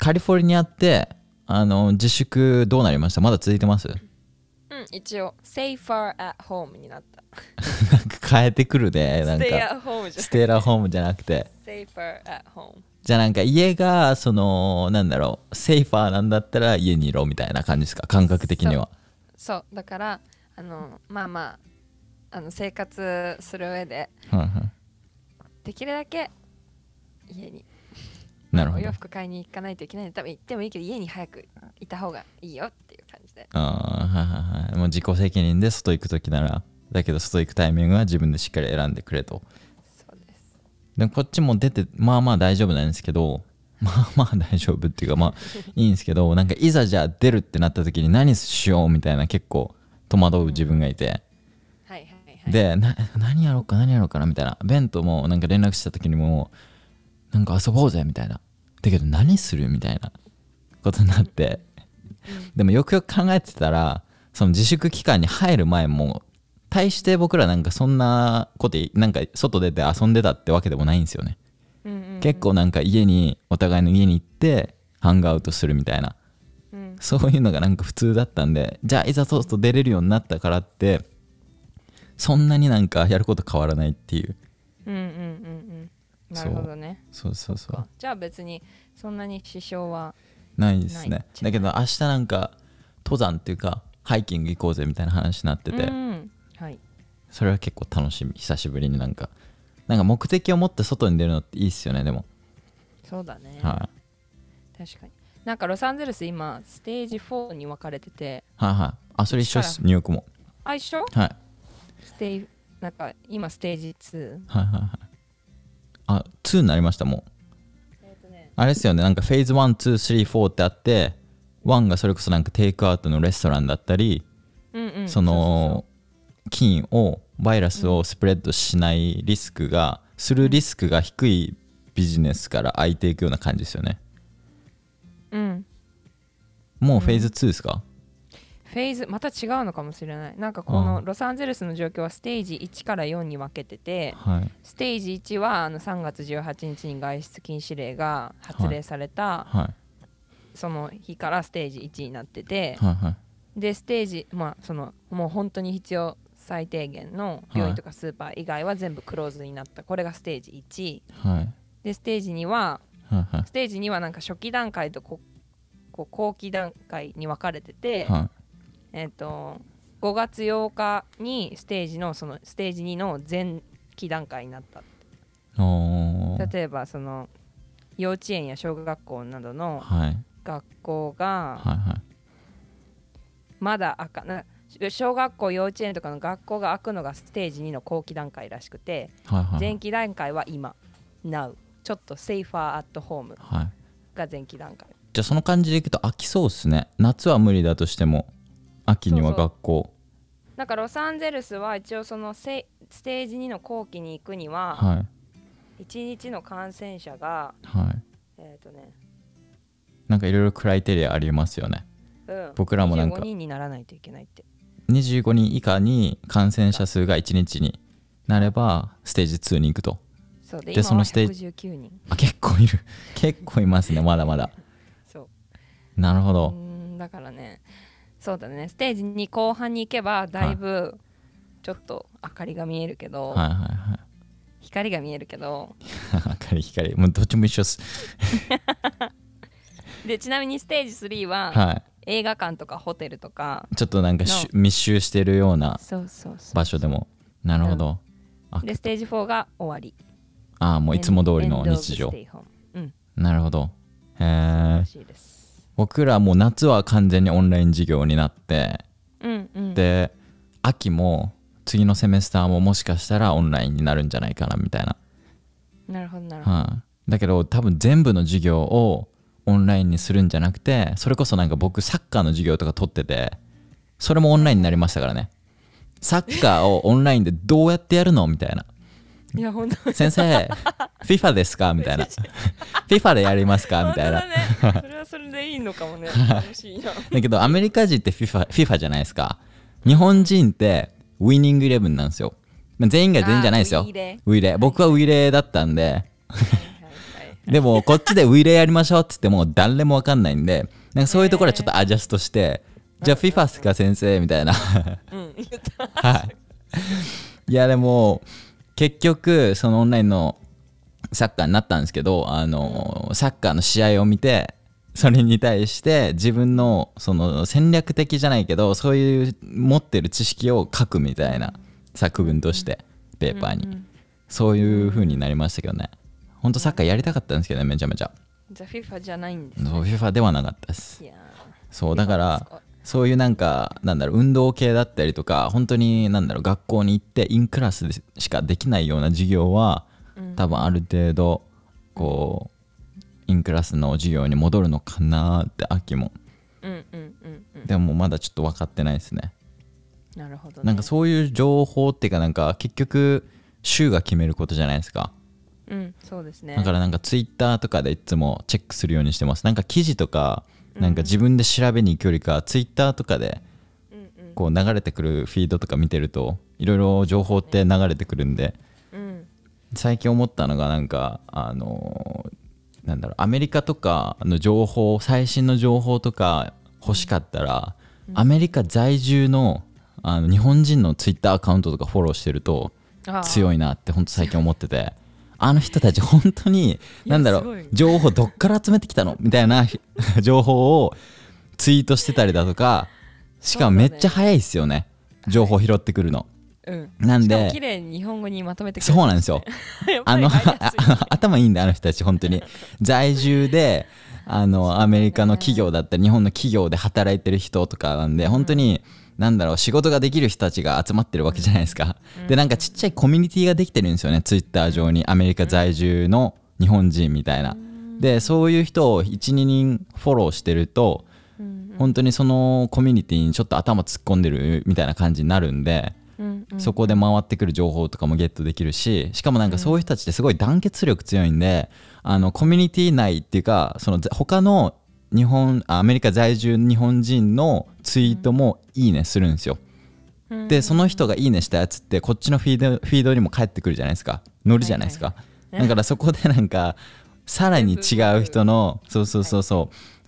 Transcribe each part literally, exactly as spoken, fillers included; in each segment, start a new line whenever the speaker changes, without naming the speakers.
カリフォルニアってあの自粛どうなりました？まだ続いてます？うん、
一応 Safer at home になった
なんか変えてくるね。なんか
Stay at home じゃなくて
Stay at home じゃなくて
Safer at home。
じゃあなんか家がそのなんだろうセーファーなんだったら家にいろみたいな感じですか？感覚的には。
そう、そうだからあのまあまああの生活する上で、
はいはい、
できるだけ家に
なるほど。
お洋服買いに行かないといけない。多分行ってもいいけど家に早くいた方がいいよっていう感じで。
ああ、はいはいはい。もう自己責任で外行くときなら、だけど外行くタイミングは自分でしっかり選んでくれと。
そうです。
でこっちも出てまあまあ大丈夫なんですけど、まあまあ大丈夫っていうかまあいいんですけど、なんかいざじゃあ出るってなった時に何しようみたいな結構戸惑う自分がいて、うん、
はいはいはい。
でな何やろうか何やろうかなみたいな。ベントもなんか連絡した時にもなんか遊ぼうぜみたいな。だけど何するみたいなことになって、でもよくよく考えてたらその自粛期間に入る前も大して僕らなんかそんなことなんか外出て遊んでたってわけでもないんですよね、うんうんうん、結構なんか家にお互いの家に行ってハングアウトするみたいな、うん、そういうのがなんか普通だったんで、じゃあいざ外出れるようになったからってそんなになんかやること変わらないっていう。
うんうんうんうんなるほどね。
そうそうそうそう。
じゃあ別にそんなに支障は
ないですね。だけど明日なんか登山っていうかハイキング行こうぜみたいな話になってて、うん、はい、それは結構楽しみ。久しぶりになんかなんか目的を持って外に出るのっていいっすよね。でも
そうだね、
はい、
確かに。なんかロサンゼルス今ステージフォーに分かれてて、
はいはい、あそれ一緒です。ニューヨークも。
あ、一緒？
はい。
ステイなんか今ステージツー、
はいはいはい、あツーになりましたもう。あれですよね、なんかフェーズワン、ツー、スリー、フォーってあって、ワンがそれこそなんかテイクアウトのレストランだったり、うんうん、その菌をバイラスをスプレッドしないリスクが、うん、するリスクが低いビジネスから空いていくような感じですよね。うん。もうフェーズツーですか？
フェーズまた違うのかもしれない。なんかこのロサンゼルスの状況はステージいちからよんに分けてて、はい、ステージいちはあのさんがつじゅうはちにちに外出禁止令が発令された、はいはい、その日からステージいちになってて、はいはい、でステージ、まあ、そのもう本当に必要最低限の病院とかスーパー以外は全部クローズになった。これがステージいち、はい、でステージには、はいはい、ステージにはなんか初期段階とここう後期段階に分かれてて、はい、えー、とごがつようかにステージのそのステージにの前期段階になった。例えばその幼稚園や小学校などの学校がまだ開かな、小学校幼稚園とかの学校が開くのがステージにの後期段階らしくて、はいはい、前期段階は今 Now ちょっと Safer at home が前期段階、はい、
じゃあその感じでいくと飽きそうですね。夏は無理だとしても秋には学校。そう
そう、なんかロサンゼルスは一応そのステージにの後期に行くには、はい、いちにちの感染者が、はい、えっ、ー、とね
なんかいろいろクライテリアありますよね、うん、僕らもなんか
にじゅうごにんにならないといけないって。
にじゅうごにん以下に感染者数がいちにちになればステージツーに行くと。
そうで、で今はひゃくじゅうきゅうにん。
あ、結構いる結構いますね、まだまだそうなるほど。
うんだからね、そうだね、ステージに後半に行けばだいぶちょっと明かりが見えるけど、はいはいはい、光が見えるけど
明かり光もうどっちも一緒っす
でちなみにステージスリーは、はい、映画館とかホテルとか
ちょっとなんか密集してるような場所でも。なるほど、
うん、でステージフォーが終わり。
ああもういつも通りの日常、うん、なるほど。へえ。僕らもう夏は完全にオンライン授業になって、うんうん、で秋も次のセメスターももしかしたらオンラインになるんじゃないかなみたいな。
なるほどなるほど、は
あ、だけど多分全部の授業をオンラインにするんじゃなくて、それこそなんか僕サッカーの授業とか取ってて、それもオンラインになりましたからね。サッカーをオンラインでどうやってやるのみたいな。
いや本当
先生 FIFA ですかみたいなFIFA でやりますかみたいな、
ね、それはそれでいいのかもね楽しいな
だけどアメリカ人って FIFA, FIFA じゃないですか。日本人ってウィニングイレブンなんですよ。全員が全員じゃないですよ。ウィレ僕はウィレだったんででもこっちでウィレやりましょうって言っても誰も分かんないんで、なんかそういうところはちょっとアジャストして、えー、じゃあ フィファ っすか先生みたいな
うん言った
はいいやでも結局そのオンラインのサッカーになったんですけど、あのサッカーの試合を見てそれに対して自分のその戦略的じゃないけどそういう持ってる知識を書くみたいな作文としてペーパーに、そういう風になりましたけどね。本当サッカーやりたかったんですけどね、めちゃめちゃ。
じゃあ フィファ じゃないんですね。
そう フィファ ではなかったです。いやそうだからそういうなんかなんだろう運動系だったりとか本当になんだろう学校に行ってインクラスでしかできないような授業は多分ある程度こうインクラスの授業に戻るのかなって秋も、うんうんうんうん、でもまだちょっと分かってないですね。
なるほどね。
なんかそういう情報っていうかなんか結局州が決めることじゃないですか。
うん、そうですね。
だからなんかツイッターとかでいつもチェックするようにしてます。なんか記事とかなんか自分で調べに行くよりか、うん、ツイッターとかでこう流れてくるフィードとか見てるといろいろ情報って流れてくるんで、うん、最近思ったのがなんかあのー、なんだろうアメリカとかの情報最新の情報とか欲しかったら、うん、アメリカ在住の、あの日本人のツイッターアカウントとかフォローしてると強いなって本当最近思っててあの人たち本当になんだろう情報どっから集めてきたのみたいな情報をツイートしてたりだとか、しかもめっちゃ早いですよね情報拾ってくるの、
うん、
なんで
しかも綺麗に日本語にまとめてくれる、
そうなんですよあの頭いいんだあの人たち本当に在住であのアメリカの企業だったり日本の企業で働いてる人とかなんで、うん、本当になんだろう仕事ができる人たちが集まってるわけじゃないですか、うん、でなんかちっちゃいコミュニティができてるんですよねツイッター上にアメリカ在住の日本人みたいな、うん、でそういう人を いちににんフォローしてると、うん、本当にそのコミュニティにちょっと頭突っ込んでるみたいな感じになるんで、うんうん、そこで回ってくる情報とかもゲットできるし、しかもなんかそういう人たちってすごい団結力強いんで、あのコミュニティ内っていうかその他の日本アメリカ在住日本人のツイートもいいねするんですよ、うん、でその人がいいねしたやつってこっちのフィード、フィードにも返ってくるじゃないですか乗るじゃないですか、はいはい、だからそこでなんかさらに違う人のそうそうそうそう、はい、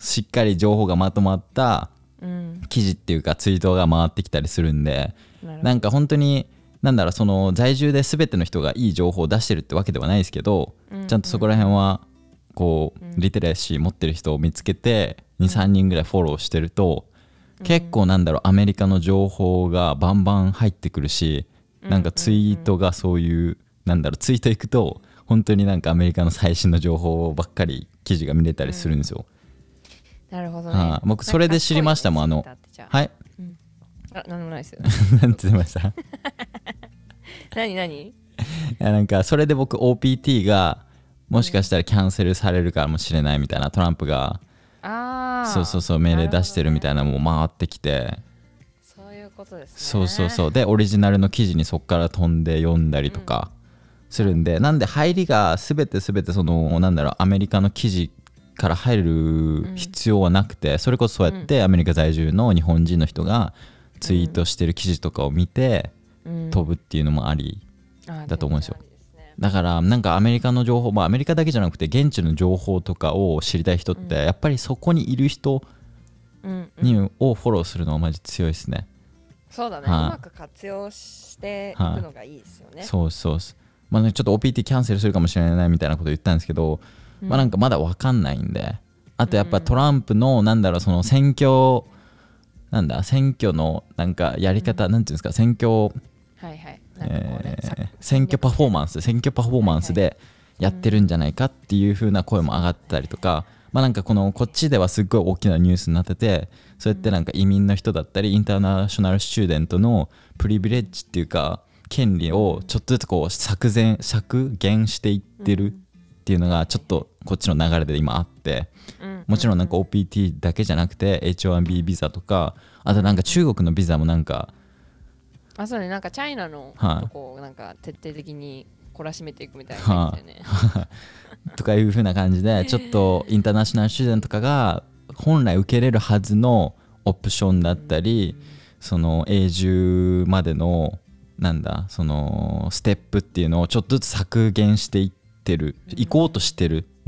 しっかり情報がまとまった記事っていうかツイートが回ってきたりするんで、うん、なんか本当になんだろうその在住で全ての人がいい情報を出してるってわけではないですけど、うんうん、ちゃんとそこら辺はこうリテラシー持ってる人を見つけて にさんにんぐらいフォローしてると、うん、結構なんだろうアメリカの情報がバンバン入ってくるし、なんかツイートがそういうなんだろうツイート行くと本当になんかアメリカの最新の情報ばっかり記事が見れたりするんですよ、
うん、なるほどね、
はあ、僕それで知りましたもんあのはい、
うん、あなんもないですよ
なんて言いました
何何い
やなんかそれで僕 オーピーティー がもしかしたらキャンセルされるかもしれないみたいなトランプが
あ
そうそうそう命令出してるみたいなのも回ってきて、
そういうことですね。
そうそうそうでオリジナルの記事にそこから飛んで読んだりとかするんで、うん、なんで入りが全て全てそのなんだろうアメリカの記事から入る必要はなくて、うん、それこそそうやってアメリカ在住の日本人の人がツイートしてる記事とかを見て飛ぶっていうのもありだと思うんですよ。だからなんかアメリカの情報、まあアメリカだけじゃなくて現地の情報とかを知りたい人ってやっぱりそこにいる人にをフォローするのはマジ強いですね。
そうだね、はあ、うまく活用していくのがいいですよね、はあ、
そうそうそう、まあね、ちょっと オーピーティー キャンセルするかもしれないみたいなこと言ったんですけど、うん、まあなんかまだ分かんないんで、あとやっぱトランプのなんだろうその選挙なんだ選挙のなんかやり方、うん、なんていうんですか選挙
はいはい
えー、選挙パフォーマンス選挙パフォーマンスでやってるんじゃないかっていう風な声も上がったりとか、まあなんかこのこっちではすっごい大きなニュースになってて、そうやってなんか移民の人だったりインターナショナルスチューデントのプリビレッジっていうか権利をちょっとずつこう削減削減していってるっていうのがちょっとこっちの流れで今あって、もちろんなんか オーピーティー だけじゃなくて エイチワンビー ビザとか、あとなんか中国のビザもなんか
あそうね、なんかチャイナのとこをなんか徹底的に懲らしめていくみたいな感じだよね、は
あ、とかいう風な感じでちょっとインターナショナルスチューデントとかが本来受けれるはずのオプションだったり、うん、その永住までのなんだそのステップっていうのをちょっとずつ削減していってる、うん、行こうとしてる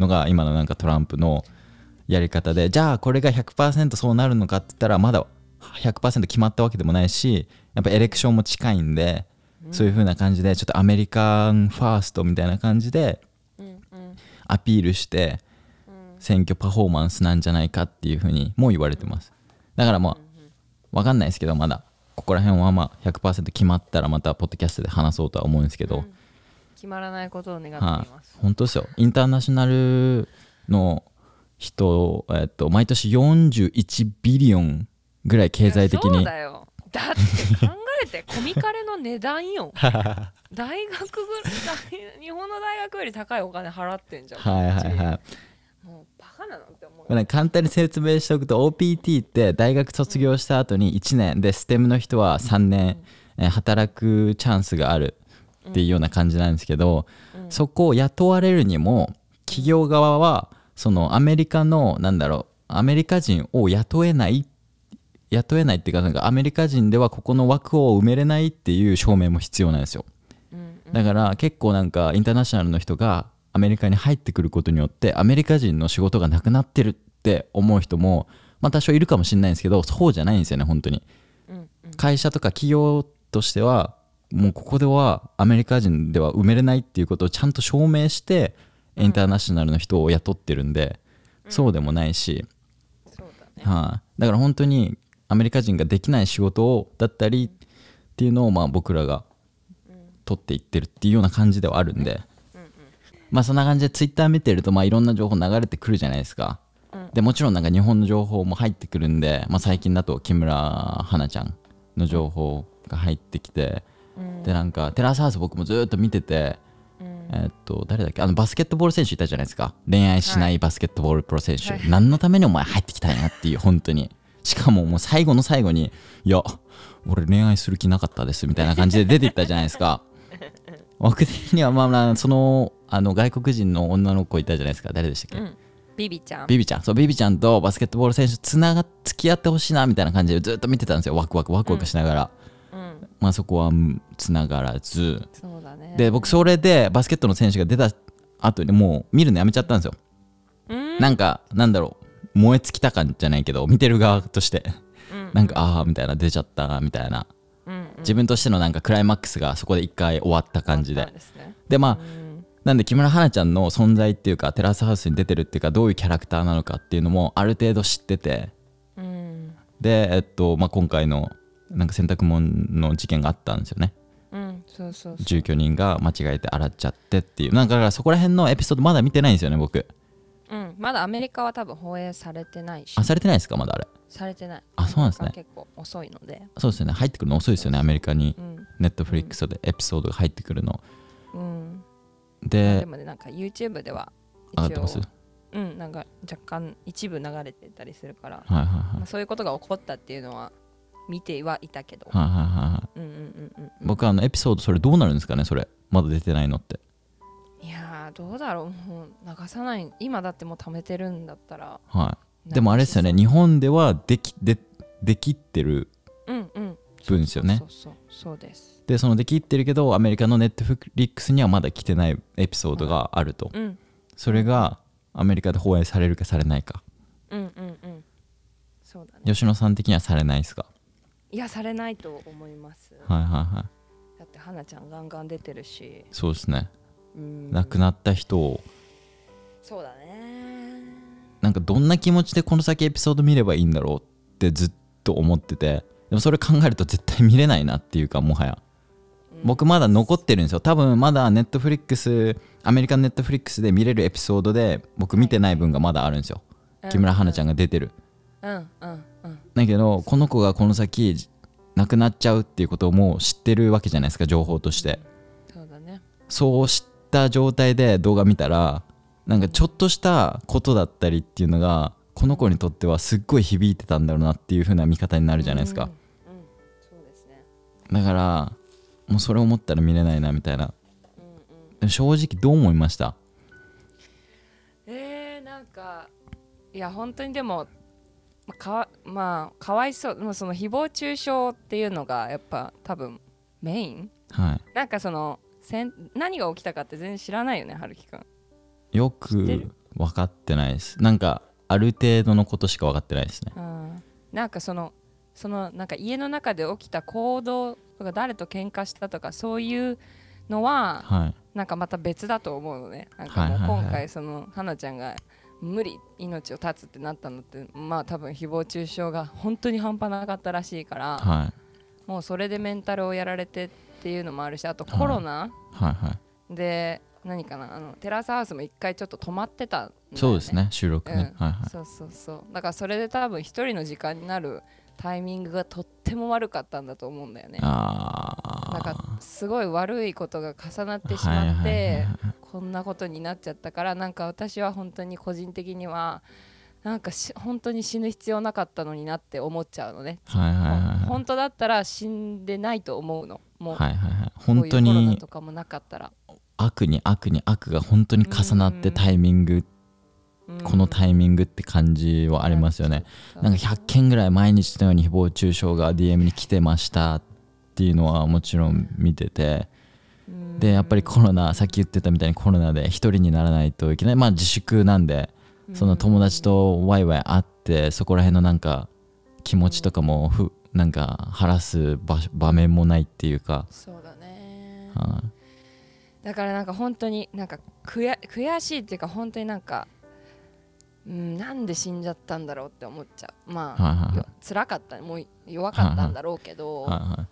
のが今のなんかトランプのやり方で、じゃあこれが ひゃくパーセント そうなるのかって言ったらまだ ひゃくパーセント 決まったわけでもないし、やっぱエレクションも近いんで、うん、そういう風な感じでちょっとアメリカンファーストみたいな感じでアピールして選挙パフォーマンスなんじゃないかっていう風にも言われてます。だからまあ分かんないですけど、まだここら辺はまあ ひゃくパーセント 決まったらまたポッドキャストで話そうとは思うんですけど、うん、
決まらないことを願っています、
はあ、本当ですよ。インターナショナルの人、えっと、毎年よんじゅういちビリオンぐらい経済的に。
そうだよ。だって考えてコミカレの値段よ大学ぐらい日本の大学より高いお金払ってんじゃん。
はいはいはい。
もうバカなのって思う。
簡単に説明しておくと オーピーティー って大学卒業した後にいちねんで、ステムの人はさんねん、うん、働くチャンスがあるっていうような感じなんですけど、うん、そこを雇われるにも企業側はそのアメリカのなんだろうアメリカ人を雇えない雇えないっていうか、なんかアメリカ人ではここの枠を埋めれないっていう証明も必要なんですよ、うんうん、だから結構なんかインターナショナルの人がアメリカに入ってくることによってアメリカ人の仕事がなくなってるって思う人もまあ多少いるかもしれないんですけど、そうじゃないんですよね本当に、うんうん、会社とか企業としてはもうここではアメリカ人では埋めれないっていうことをちゃんと証明してインターナショナルの人を雇ってるんで、うん、そうでもないし、そうだね、はあ、だから本当にアメリカ人ができない仕事をだったりっていうのをまあ僕らが取っていってるっていうような感じではあるんで、うんうん、まあそんな感じでツイッター見てるとまあいろんな情報流れてくるじゃないですか、うん、でもちろんなんか日本の情報も入ってくるんで、まあ、最近だと木村花ちゃんの情報が入ってきて、うん、でなんかテラスハウス僕もずっと見てて、うん、えー、っと誰だっけあのバスケットボール選手いたじゃないですか、恋愛しないバスケットボールプロ選手、はい、何のためにお前入ってきたんやっていう本当に、しかももう最後の最後にいや俺恋愛する気なかったですみたいな感じで出ていったじゃないですか僕的にはまあまあそのあの外国人の女の子いたじゃないですか、誰でしたっけ、うん、
ビビちゃん
ビビちゃんそうビビちゃんとバスケットボール選手つなが付き合ってほしいなみたいな感じでずっと見てたんですよ、ワクワクワクワクしながら、うんうん、まあそこはつながらず、
そうだね、
で僕それでバスケットの選手が出た後にもう見るのやめちゃったんですよ、うん、なんかなんだろう燃え尽きた感じゃないけど見てる側として、うんうん、なんかああみたいな出ちゃったみたいな、うんうん、自分としてのなんかクライマックスがそこで一回終わった感じで、で、ね、でまあ、うん、なんで木村花ちゃんの存在っていうかテラスハウスに出てるっていうかどういうキャラクターなのかっていうのもある程度知ってて、うん、でえっとまあ今回のなんか洗濯物の事件があったんですよね、うん、そうそうそう住居人が間違えて洗っちゃってっていう、なんかだからそこら辺のエピソードまだ見てないんですよね僕。
うん、まだアメリカは多分放映されてないし。
あ、されてないですかまだあれ。
されてない。
あ、そうなんですね。
結構遅いので。
そうですよね、入ってくるの遅いですよねアメリカに、うん、ネットフリックスでエピソードが入ってくるの、うん、で
でもねなんか YouTube では
上がってます。
うん、なんか若干一部流れてたりするから、
はいはいはい、
まあ、そういうことが起こったっていうのは見てはいたけど、
はいはいはい、うんうんうんうん、僕はあのエピソードそれどうなるんですかね、それまだ出てないのって。
いやどうだろう、もう流さない、今だってもう貯めてるんだったら、
はい、でもあれですよね、日本ではできでできってる分ですよね。
そうそうそうです。
でそのできってるけどアメリカのネットフリックスにはまだ来てないエピソードがあると、うん、それがアメリカで放映されるかされないか。うんうんうん、そうだね。吉野さん的にはされないですか。
いやされないと思います。
はいはいはい。
だって花ちゃんガンガン出てるし。
そうですね、うん、亡くなった人を、
そうだね、
なんかどんな気持ちでこの先エピソード見ればいいんだろうってずっと思ってて、でもそれ考えると絶対見れないなっていうか、もはや、うん、僕まだ残ってるんですよ。多分まだネットフリックスアメリカンネットフリックスで見れるエピソードで僕見てない分がまだあるんですよ、はい、木村花ちゃんが出てる、うんうんうん、だけどこの子がこの先亡くなっちゃうっていうことをもう知ってるわけじゃないですか、情報として、うん、そうだね。そう知った状態で動画見たらなんかちょっとしたことだったりっていうのがこの子にとってはすっごい響いてたんだろうなっていう風な見方になるじゃないですか、うんうん、そうですね。だからもうそれを思ったら見れないなみたいな、うんうん、正直どう思いました？
えー、なんかいや本当にでもか, まあ、かわいそう、その誹謗中傷っていうのがやっぱ多分メイン、はい、なんかそのせん何が起きたかって全然知らないよね、はるきくん。
よく分分かってないです。なんかある程度のことしか分かってないですね。
うん、なんかそのそのなんか家の中で起きた行動とか誰と喧嘩したとかそういうのは、はい、なんかまた別だと思うのね。なんかもう今回その花ちゃんが無理命を絶つってなったのってまあ多分誹謗中傷が本当に半端なかったらしいから、はい、もうそれでメンタルをやられてっていうのもあるし、あとコロナ、はいはいはい、で何かなあのテラスハウスも一回ちょっと止まってたんだよね。
そうですね収録ね、
うんはいはい、そうそうそうだからそれで多分一人の時間になるタイミングがとっても悪かったんだと思うんだよね。あなんかすごい悪いことが重なってしまって、はいはいはいはい、こんなことになっちゃったから、なんか私は本当に個人的にはなんかし本当に死ぬ必要なかったのになって思っちゃうのね、はいはいはいはい、本当だったら死んでないと思うの。もう、はいはいはい、本当にこういうコロナとかもなかったら
悪に悪に悪が本当に重なってタイミング、このタイミングって感じはありますよね。なんかひゃっけんぐらい毎日のように誹謗中傷が ディーエム に来てましたっていうのはもちろん見てて、でやっぱりコロナさっき言ってたみたいにコロナで一人にならないといけない、まあ自粛なんでその友達とワイワイ会ってそこら辺のなんか気持ちとかもふなんか晴らす 場, 場面もないっていうか。
そうだね、はあ、だからなんか本当になんか 悔, 悔しいっていうか本当になんか、うん、なんで死んじゃったんだろうって思っちゃう。まあ、はいはいはい、辛かったもう弱かったんだろうけど、はいはい、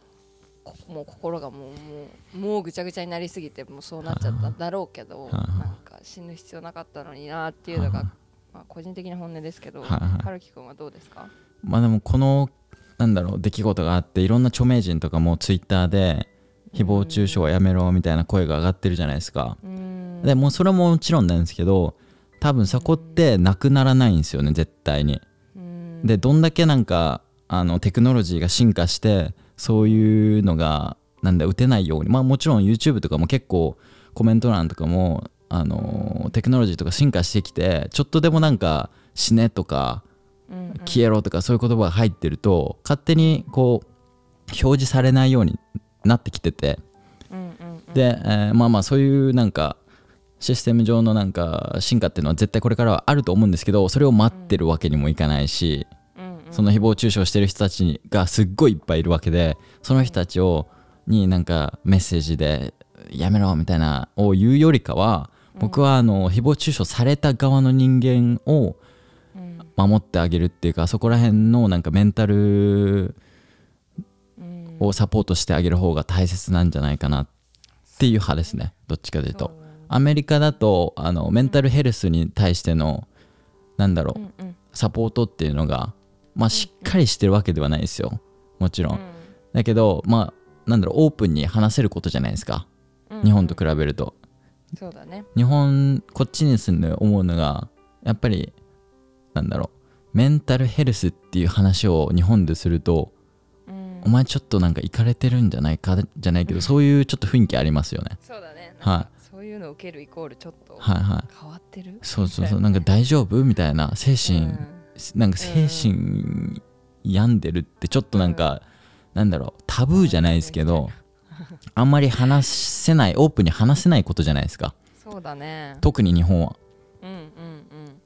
もう心がもう、もう、もうぐちゃぐちゃになりすぎてもうそうなっちゃったんだろうけど、はいはい、なんか死ぬ必要なかったのになっていうのが、はいはい、まあ、個人的な本音ですけど、はいはい、はるきくんはどうですか？
まあでもこのなんだろう出来事があっていろんな著名人とかもツイッターで誹謗中傷はやめろみたいな声が上がってるじゃないですか。でもうそれももちろんなんですけど多分そこってなくならないんですよね絶対に。でどんだけなんかあのテクノロジーが進化してそういうのがなんだ打てないように、まあもちろん YouTube とかも結構コメント欄とかもあのテクノロジーとか進化してきてちょっとでもなんか死ねとか消えろとかそういう言葉が入ってると勝手にこう表示されないようになってきてて、で、えー、まあまあそういうなんかシステム上のなんか進化っていうのは絶対これからはあると思うんですけどそれを待ってるわけにもいかないし、その誹謗中傷してる人たちがすっごいいっぱいいるわけでその人たちをになんかメッセージでやめろみたいなを言うよりかは僕はあの誹謗中傷された側の人間を守ってあげるっていうかそこら辺のなんかメンタルをサポートしてあげる方が大切なんじゃないかなっていう派ですね。どっちかというとアメリカだとあのメンタルヘルスに対してのなんだろうサポートっていうのがまあしっかりしてるわけではないですよもちろんだけどまあなんだろうオープンに話せることじゃないですか日本と比べると。
そうだね。
日本こっちに住んで思うのがやっぱりなんだろうメンタルヘルスっていう話を日本ですると、うん、お前ちょっとなんかイカれてるんじゃないかじゃないけどそういうちょっと雰囲気ありますよね。
そうだね。
はい、
そういうのを受けるイコールちょっと
変わ
ってる、はいはい、
そうそうそうなんか大丈夫みたいな精神、うん、なんか精神病んでるってちょっとなんか、うん、なんだろうタブーじゃないですけどあんまり話せないオープンに話せないことじゃないですか。
そうだね。
特に日本は、うんうんうん、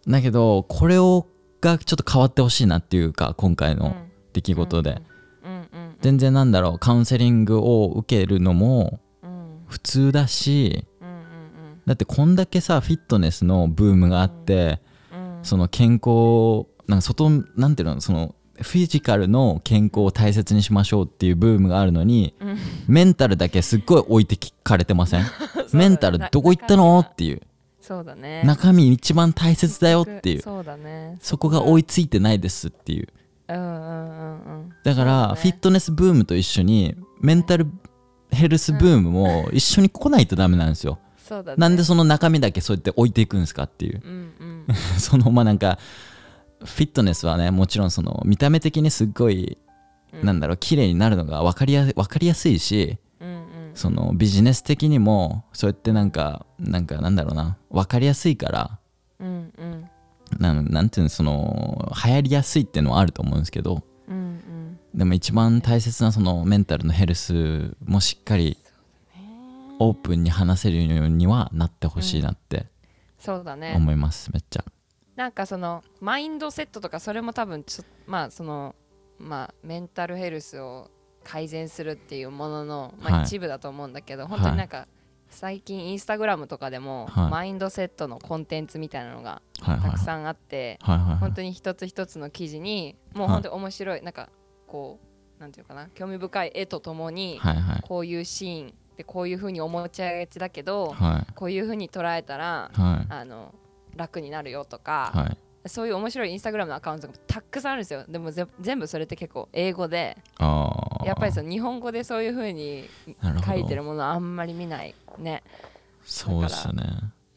だけどこれをがちょっと変わってほしいなっていうか今回の出来事で、うんうんうんうん、全然なんだろうカウンセリングを受けるのも普通だし、うんうんうん、だってこんだけさフィットネスのブームがあって、うんうん、その健康なんか外なんていうのそのフィジカルの健康を大切にしましょうっていうブームがあるのに、うん、メンタルだけすっごい置いてかれてませんメンタルどこ行ったのっていう。
そうだね。
中身一番大切だよっていう。
そうだね。
そこが追いついてないですっていう。うんうんうんうん。だから、ね、フィットネスブームと一緒にメンタルヘルスブームも一緒に来ないとダメなんですよ。そうだね。なんでその中身だけそうやって置いていくんですかっていう。うんうん、そのまあなんかフィットネスはねもちろんその見た目的にすっごい、うん、なんだろう綺麗になるのが分かりや、分かりやすいし、うんうん、そのビジネス的にもそうやってなんかなんかなんだろうな分かりやすいから、うんうん、な, なんていうのその流行りやすいっていうのはあると思うんですけど、うんうん、でも一番大切なそのメンタルのヘルスもしっかりオープンに話せるようにはなってほしいなって
そうだね
思いますめっちゃ。
なんかそのマインドセットとかそれも多分ちょまあそのまあメンタルヘルスを改善するっていうものの、まあ、一部だと思うんだけど、はい、本当になんか最近インスタグラムとかでも、はい、マインドセットのコンテンツみたいなのがたくさんあって、はいはいはい、本当に一つ一つの記事にもう本当に面白い、はい、なんかこうなんていうかな興味深い絵とともに、はいはい、こういうシーンでこういう風に思っちゃいがちだけど、はい、こういう風に捉えたら、はい、あの楽になるよとか、はい、そういう面白いインスタグラムのアカウントがたくさんあるんですよ。でもぜ全部それって結構英語で、あやっぱりその日本語でそういう風に書いてるものはあんまり見ないね。
そうですね。
うん、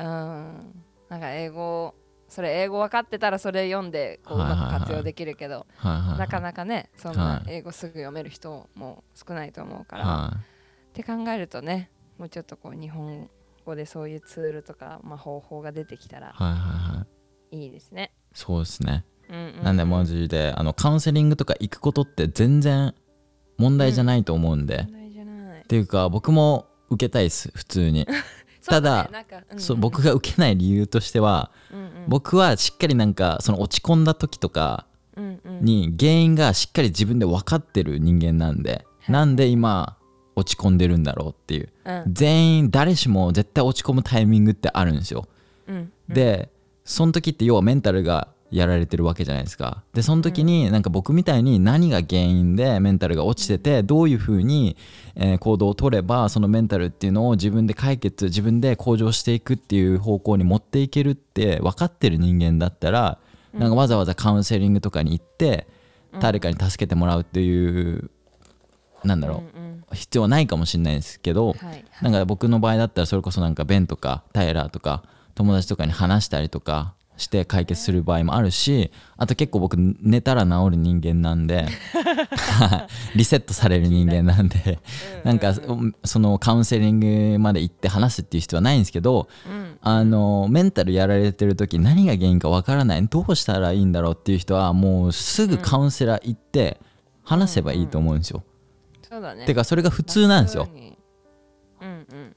なんか英語それ英語分かってたらそれ読んでこううまく活用できるけど、はいはいはい、なかなかねそんな英語すぐ読める人も少ないと思うから、はい、って考えるとねもうちょっとこう日本語でそういうツールとか、まあ、方法が出てきたらいいですね。
そうですね、うんうんうん、なんでマジであのカウンセリングとか行くことって全然問題じゃないと思うんで、うん、問題じゃないっていうか僕も受けたいです普通にただ、ねうんうん、そう僕が受けない理由としては、うんうん、僕はしっかりなんかその落ち込んだ時とかに原因がしっかり自分で分かってる人間なんで、うん、なんで今落ち込んでるんだろうっていう、うん、全員誰しも絶対落ち込むタイミングってあるんですよ、うんうん、でその時って要はメンタルがやられてるわけじゃないですか。でその時になんか僕みたいに何が原因でメンタルが落ちててどういう風にえ行動を取ればそのメンタルっていうのを自分で解決自分で向上していくっていう方向に持っていけるって分かってる人間だったらなんかわざわざカウンセリングとかに行って誰かに助けてもらうっていうなんだろう必要はないかもしれないですけど、なんか僕の場合だったらそれこそなんかベンとかタイラーとか友達とかに話したりとかして解決する場合もあるし、あと結構僕寝たら治る人間なんでリセットされる人間なんでなんかそのカウンセリングまで行って話すっていう必要はないんですけど、あのメンタルやられてる時何が原因かわからないどうしたらいいんだろうっていう人はもうすぐカウンセラー行って話せばいいと思うんですよ。そうだね。てかそれが普通なんですよ。うんうんうん、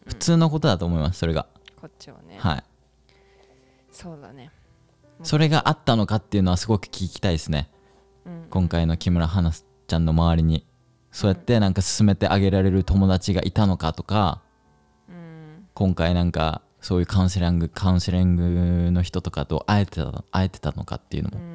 普通のことだと思いますそれが。
こっちはね。
はい。
そうだね。
それがあったのかっていうのはすごく聞きたいですね、うん、今回の木村花ちゃんの周りにそうやってなんか勧めてあげられる友達がいたのかとか、うん、今回なんかそういうカウンセリングカウンセリングの人とかと会えてた会えてたのかっていうのも、うん、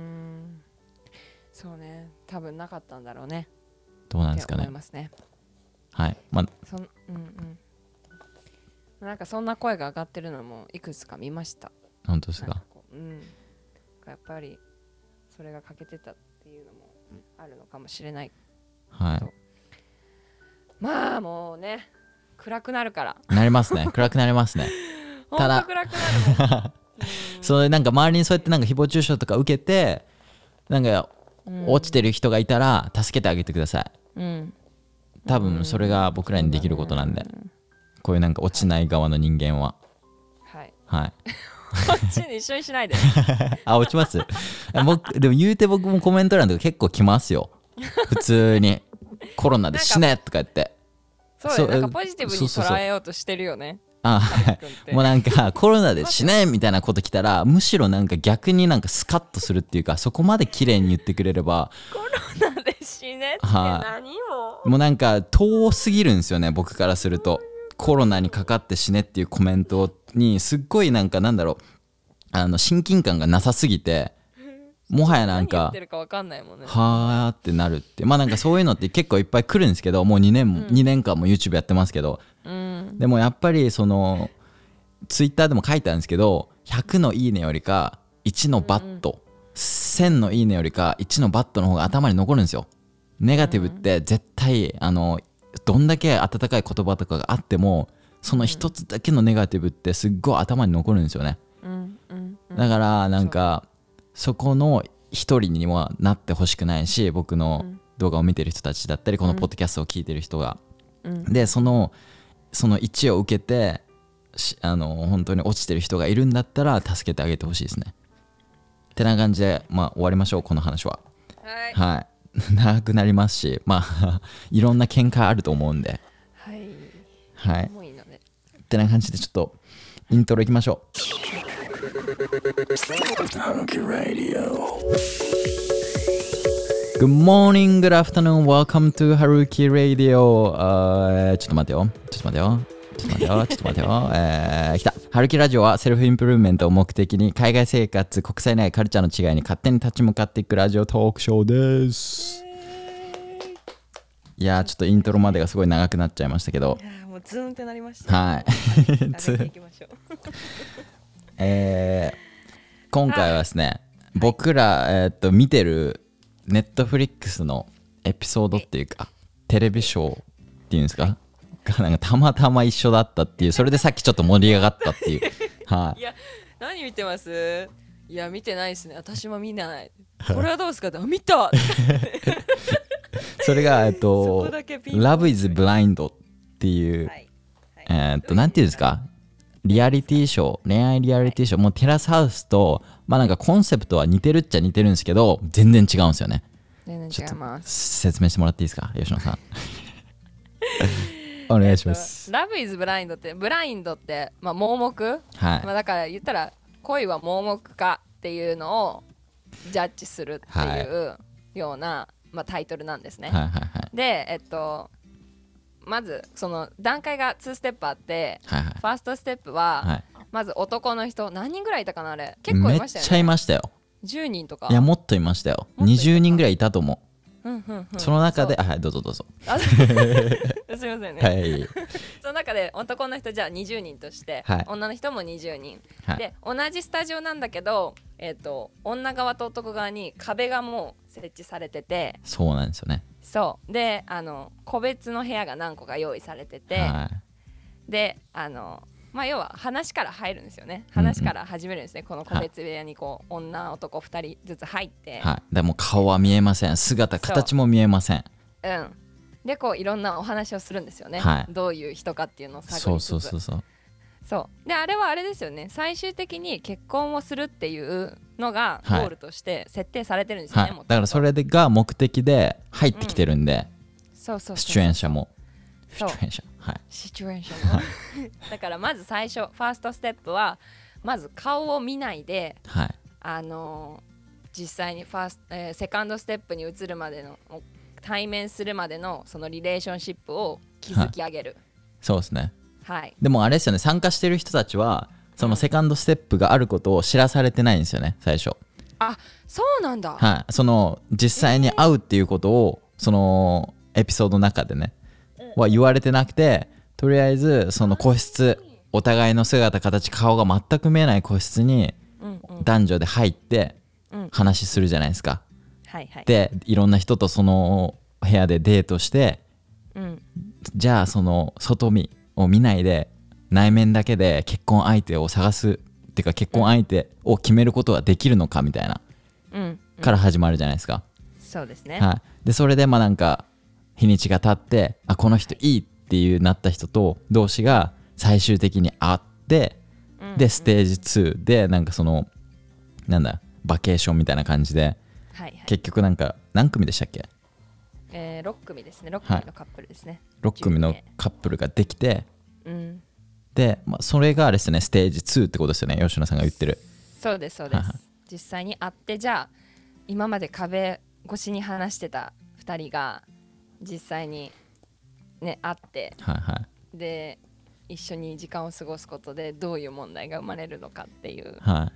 そうね多分なかったんだろうね。
どうなんですかね。
思いますね。
はいまあ
そん、うんうん、なんかそんな声が上がってるのもいくつか見ました。
本当ですか。
うんやっぱりそれが欠けてたっていうのもあるのかもしれない、
はい、
まあもうね暗くなるから
なりますね暗くなりますね
ただ暗くなるもん
それなんか周りにそうやってなんか誹謗中傷とか受けてなんか落ちてる人がいたら助けてあげてください、うん、多分それが僕らにできることなんで、うん、こういうなんか落ちない側の人間は
はい
はい
こっちに一緒にしないで
あ落ちます僕でも言うて僕もコメント欄とか結構来ますよ普通にコロナで死ねとか言って
そうなんかポジティブに捉えようとしてるよね。
あもうなんかコロナで死ねみたいなこと来たらむしろなんか逆になんかスカッとするっていうかそこまで綺麗に言ってくれれば
コロナで死ねって何も
もうなんか遠すぎるんですよね僕からすると。コロナにかかって死ねっていうコメントにすっごいなんかなんだろうあの親近感がなさすぎてもはやなんか
何言ってるか分かんないもんね。
はーってなるってまあなんかそういうのって結構いっぱい来るんですけどもうにねんも、うん、にねんかんも YouTube やってますけど、うん、でもやっぱりその Twitter でも書いてあるんですけどひゃくのいいねよりかいちのバット、うん、せんのいいねよりかいちのバットの方が頭に残るんですよ。ネガティブって絶対あのどんだけ温かい言葉とかがあってもその一つだけのネガティブってすっごい頭に残るんですよね、うんうんうん、だからなんか そ, そこの一人にはなってほしくないし僕の動画を見てる人たちだったりこのポッドキャストを聞いてる人が、うん、でそのそのいちを受けてあの本当に落ちてる人がいるんだったら助けてあげてほしいですねってな感じで、まあ、終わりましょうこの話は。はい、はい長くなりますしまあいろんな見解あると思うんではいはいってな感じでちょっとイントロいきましょう。 Good morning, good afternoon, welcome to Haruki Radio、uh, ちょっと待ってよちょっと待ってよちょっと待ってよちょっと待ってよえー、来たハルキラジオはセルフインプルーブメントを目的に海外生活、国際内カルチャーの違いに勝手に立ち向かっていくラジオトークショーです。いやーちょっとイントロまでがすごい長くなっちゃいましたけど、
いやもうズーンってなりました。
はい
上げていきましょう
えー、今回はですね、はい、僕ら、えー、っと見てるネットフリックスのエピソードっていうかテレビショーっていうんですか、がなんかたまたま一緒だったっていう、それでさっきちょっと盛り上がったっていうはい、
いや何見てます？いや見てないですね。私も見ない。これはどうですか？見た
それがえっと Love is Blind っていう、はい、えー、っとなんていうんですか、リアリティショー、恋愛リアリティショー、はい、もうテラスハウスとまあなんかコンセプトは似てるっちゃ似てるんですけど全然違うんですよね。
全然違います。
説明してもらっていいですか、吉野さんお願いします。
えっと、Love is Blind ってブラインドって、まあ、盲目、はい、まあ、だから言ったら恋は盲目かっていうのをジャッジするっていうような、はい、まあ、タイトルなんですね、はいはいはい、で、えっと、まずその段階がにステップあって、はいはい、ファーストステップは、はい、まず男の人何人ぐらいいたかな、あれ結構いましたよね。
めっちゃいましたよ。
じゅうにんとか。
いやもっといましたよ。にじゅうにんぐらいいたと思う。うんうんうん、その中で、はい、どうぞどうぞ。すい
ませんね、
はい、
その中で男の人じゃあにじゅうにんとして、はい、女の人もにじゅうにん、はい、で同じスタジオなんだけど、えーと、女側と男側に壁がもう設置されてて、
そうなんですよね。
そうで、あの個別の部屋が何個か用意されてて、はい、であのまあ要は話から入るんですよね。話から始めるんですね、うんうん、この個別部屋にこう、はい、女男ふたりずつ入って、
はい、でも顔は見えません、姿形も見えません。
うん、でこういろんなお話をするんですよね、はい、どういう人かっていうのを探りつつ、そうそうそうそうそうで、あれはあれですよね、最終的に結婚をするっていうのがゴールとして設定されてるんですよね、はい、
だからそれが目的で入ってきてるんで、
うん、そうそうそうそう、
出演者も
そうシチュエーション、はい、シチュエーションもだからまず最初ファーストステップはまず顔を見ないで、はい、あのー、実際にファースト、えー、セカンドステップに移るまでの対面するまでのそのリレーションシップを築き上げる、はい、
そうですね、
はい、
でもあれですよね、参加してる人たちはそのセカンドステップがあることを知らされてないんですよね、最初。
あ、そうなんだ。
はい、その実際に会うっていうことを、えー、そのエピソードの中でねは言われてなくて、とりあえずその個室、お互いの姿形顔が全く見えない個室に男女で入って話するじゃないですか、うんうん、でいろんな人とその部屋でデートして、うん、じゃあその外見を見ないで内面だけで結婚相手を探すっていうか、結婚相手を決めることができるのかみたいな、うんうん、から始まるじゃないですか。
そうですね、
はい、でそれでまあなんか日にちが経って、あこの人いいっていうなった人と同士が最終的に会って、うんうん、でステージにでなんかそのなんだバケーションみたいな感じで、はいはい、結局なんか何組でしたっけ、
えー、ろっくみですね。ろっくみのカップルですね、はい、
ろっくみのカップルができて、うん、で、まあ、それがあれですね、ステージにってことですよね、吉野さんが言ってる。
そうですそうです、実際に会って、じゃあ今まで壁越しに話してたふたりが実際にね会って、はいはい、で一緒に時間を過ごすことでどういう問題が生まれるのかっていう、はい、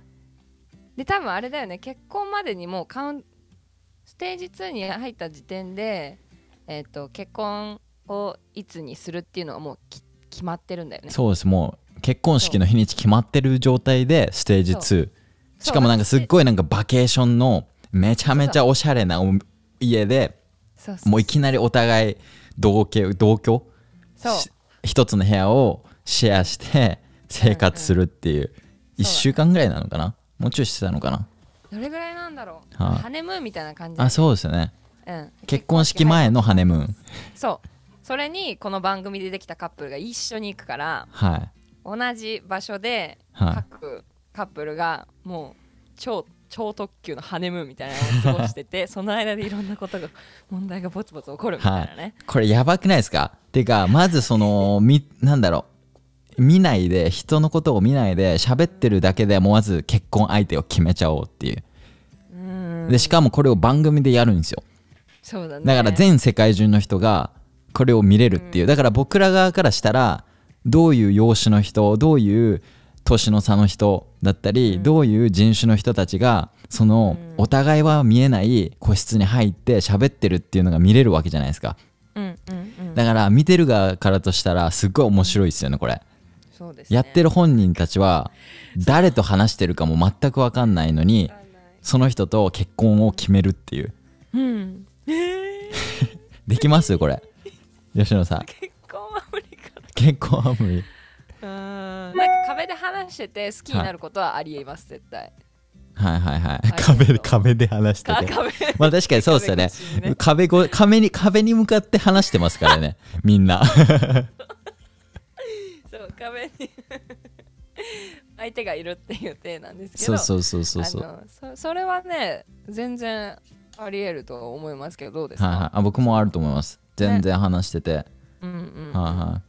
で多分あれだよね、結婚までにもうカウンステージにに入った時点で、えーと、結婚をいつにするっていうのはもう決まってるんだよね。
そうです、もう結婚式の日にち決まってる状態でステージに、しかもなんかすっごいなんかバケーションのめちゃめちゃおしゃれな家で、そうそうそう、もういきなりお互い同居同居一つの部屋をシェアして生活するっていう、うんうん、いっしゅうかんぐらいなのかな、もうちょいしてたのかな、
どれぐらいなんだろう、はあ、ハネムーンみたいな感じで、ね、
あ、そうですよね、うん、結婚式前のハネムーン、
そう、それにこの番組でできたカップルが一緒に行くから、はい、同じ場所で各カップルがもう超超特急のハネムーンみたいなのを過ごしててその間でいろんなことが問題がボツボツ起こるみたいなね、はい、
これやばくないですか。てかまずそのみなんだろう、 見ないで人のことを見ないで喋ってるだけでもうまず結婚相手を決めちゃおうっていう。うんでしかもこれを番組でやるんですよ。
そうだね。
だから全世界中の人がこれを見れるっていう、だから僕ら側からしたらどういう容姿の人、どういう年の差の人だったり、うん、どういう人種の人たちがそのお互いは見えない個室に入って喋ってるっていうのが見れるわけじゃないですか、うんうんうん、だから見てる側からとしたらすっごい面白いですよねこれ。そうですね、やってる本人たちは誰と話してるかも全く分かんないのにその人と結婚を決めるっていう、うん、できますこれ吉野さん。
結婚は無理かな。
結婚は無理。
うん、なんか壁で話してて好きになることはありえます、はい、絶対。
はいはいはい。壁で壁で話してて。まあ確かにそうですよね。ね壁ご壁に壁に向かって話してますからねみんな。
そう壁に相手がいるっていう体なんですけど。
そうそうそうそうそう。
あの そ, それはね全然ありえると思いますけどどうですか。
はいはい、あ僕もあると思います。全然話してて、ね、うんうん、はいはい、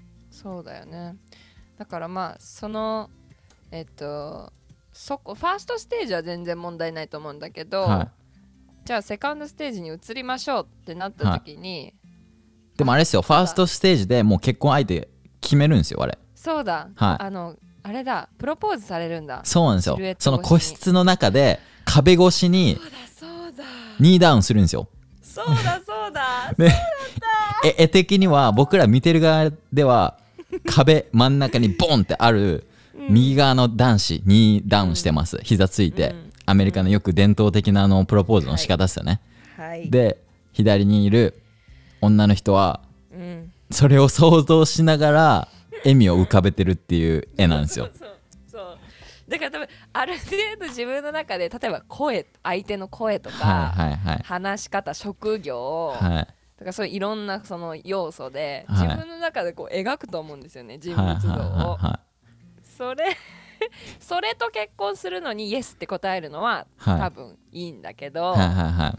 そうだよね。だからまあそのえっとそこファーストステージは全然問題ないと思うんだけど、はい、じゃあセカンドステージに移りましょうってなった時に、はい、
でもあれですよ、ファーストステージでもう結婚相手決めるんですよあれ。
そうだ、はい、あのあれだプロポーズされるんだ。
そうなんですよ。その個室の中で壁越しにニーダウンするんですよ。
そうだそうだそうだ
え絵的には僕ら見てる側では壁真ん中にボンってある右側の男子にダウンしてます、うん、膝ついて、うん、アメリカのよく伝統的なあのプロポーズの仕方ですよね、はいはい、で左にいる女の人は、うん、それを想像しながら笑みを浮かべてるっていう絵なんですよ。そうそう
そうだから多分ある程度自分の中で例えば声相手の声とか、はいはいはい、話し方職業、はい、だからそういういろんなその要素で、はい、自分の中でこう描くと思うんですよね人物像を、はいはいはいはい、それそれと結婚するのにイエスって答えるのは、はい、多分いいんだけど、はいはいはい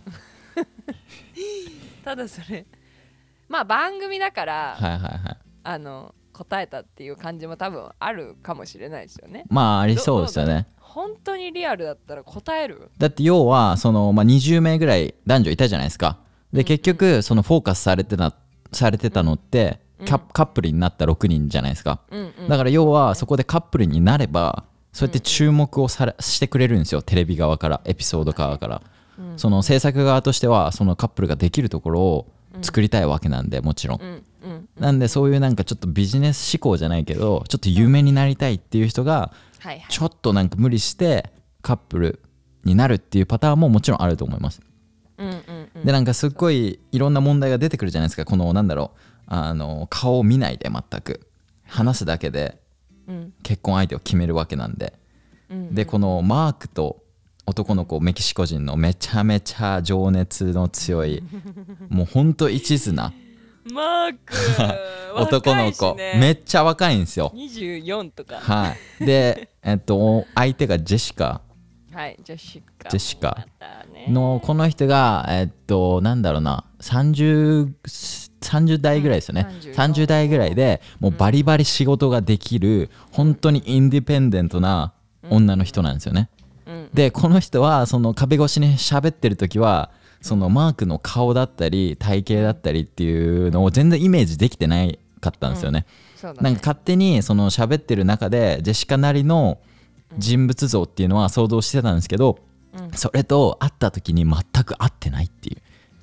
、ただそれまあ番組だから、はいはいはい、あの答えたっていう感じも多分あるかもしれないですよね。
まあありそうですよね。
本当にリアルだったら答える？
だって要はその、まあ、にじゅうめいぐらい男女いたじゃないですか。で、うんうん、結局そのフォーカスされてた、されてたのって、うん、カップルになったろくにんじゃないですか、うんうん、だから要はそこでカップルになればそうやって注目をされしてくれるんですよ、テレビ側からエピソード側から、うん、その制作側としてはそのカップルができるところを作りたいわけなんで、もちろん、うんうんうん、なんでそういうなんかちょっとビジネス志向じゃないけどちょっと有名になりたいっていう人がちょっとなんか無理してカップルになるっていうパターンももちろんあると思います、うんうんうん、でなんかすっごいいろんな問題が出てくるじゃないですか。このなんだろうあの顔を見ないで全く話すだけで結婚相手を決めるわけなんで、うん、でこのマークと男の子メキシコ人のめちゃめちゃ情熱の強いもうほんと一途な
マーク
男の子、ね、めっちゃ若いんですよ。
にじゅうよんとか、
はい、で、えっと、相手がジェシカ、
はい、ジェシカ
ジェシカのこの人がえっとなんだろうなさんじゅう、さんじゅう代ぐらいですよね、うん、さんじゅう代ぐらいでもうバリバリ仕事ができる、うん、本当にインディペンデントな女の人なんですよね、うん、でこの人はその壁越しに喋ってる時はそのマークの顔だったり体型だったりっていうのを全然イメージできてないかったんですよね、うん、なんか勝手にその喋ってる中でジェシカなりの人物像っていうのは想像してたんですけど、うん、それと会った時に全く合ってないっていう、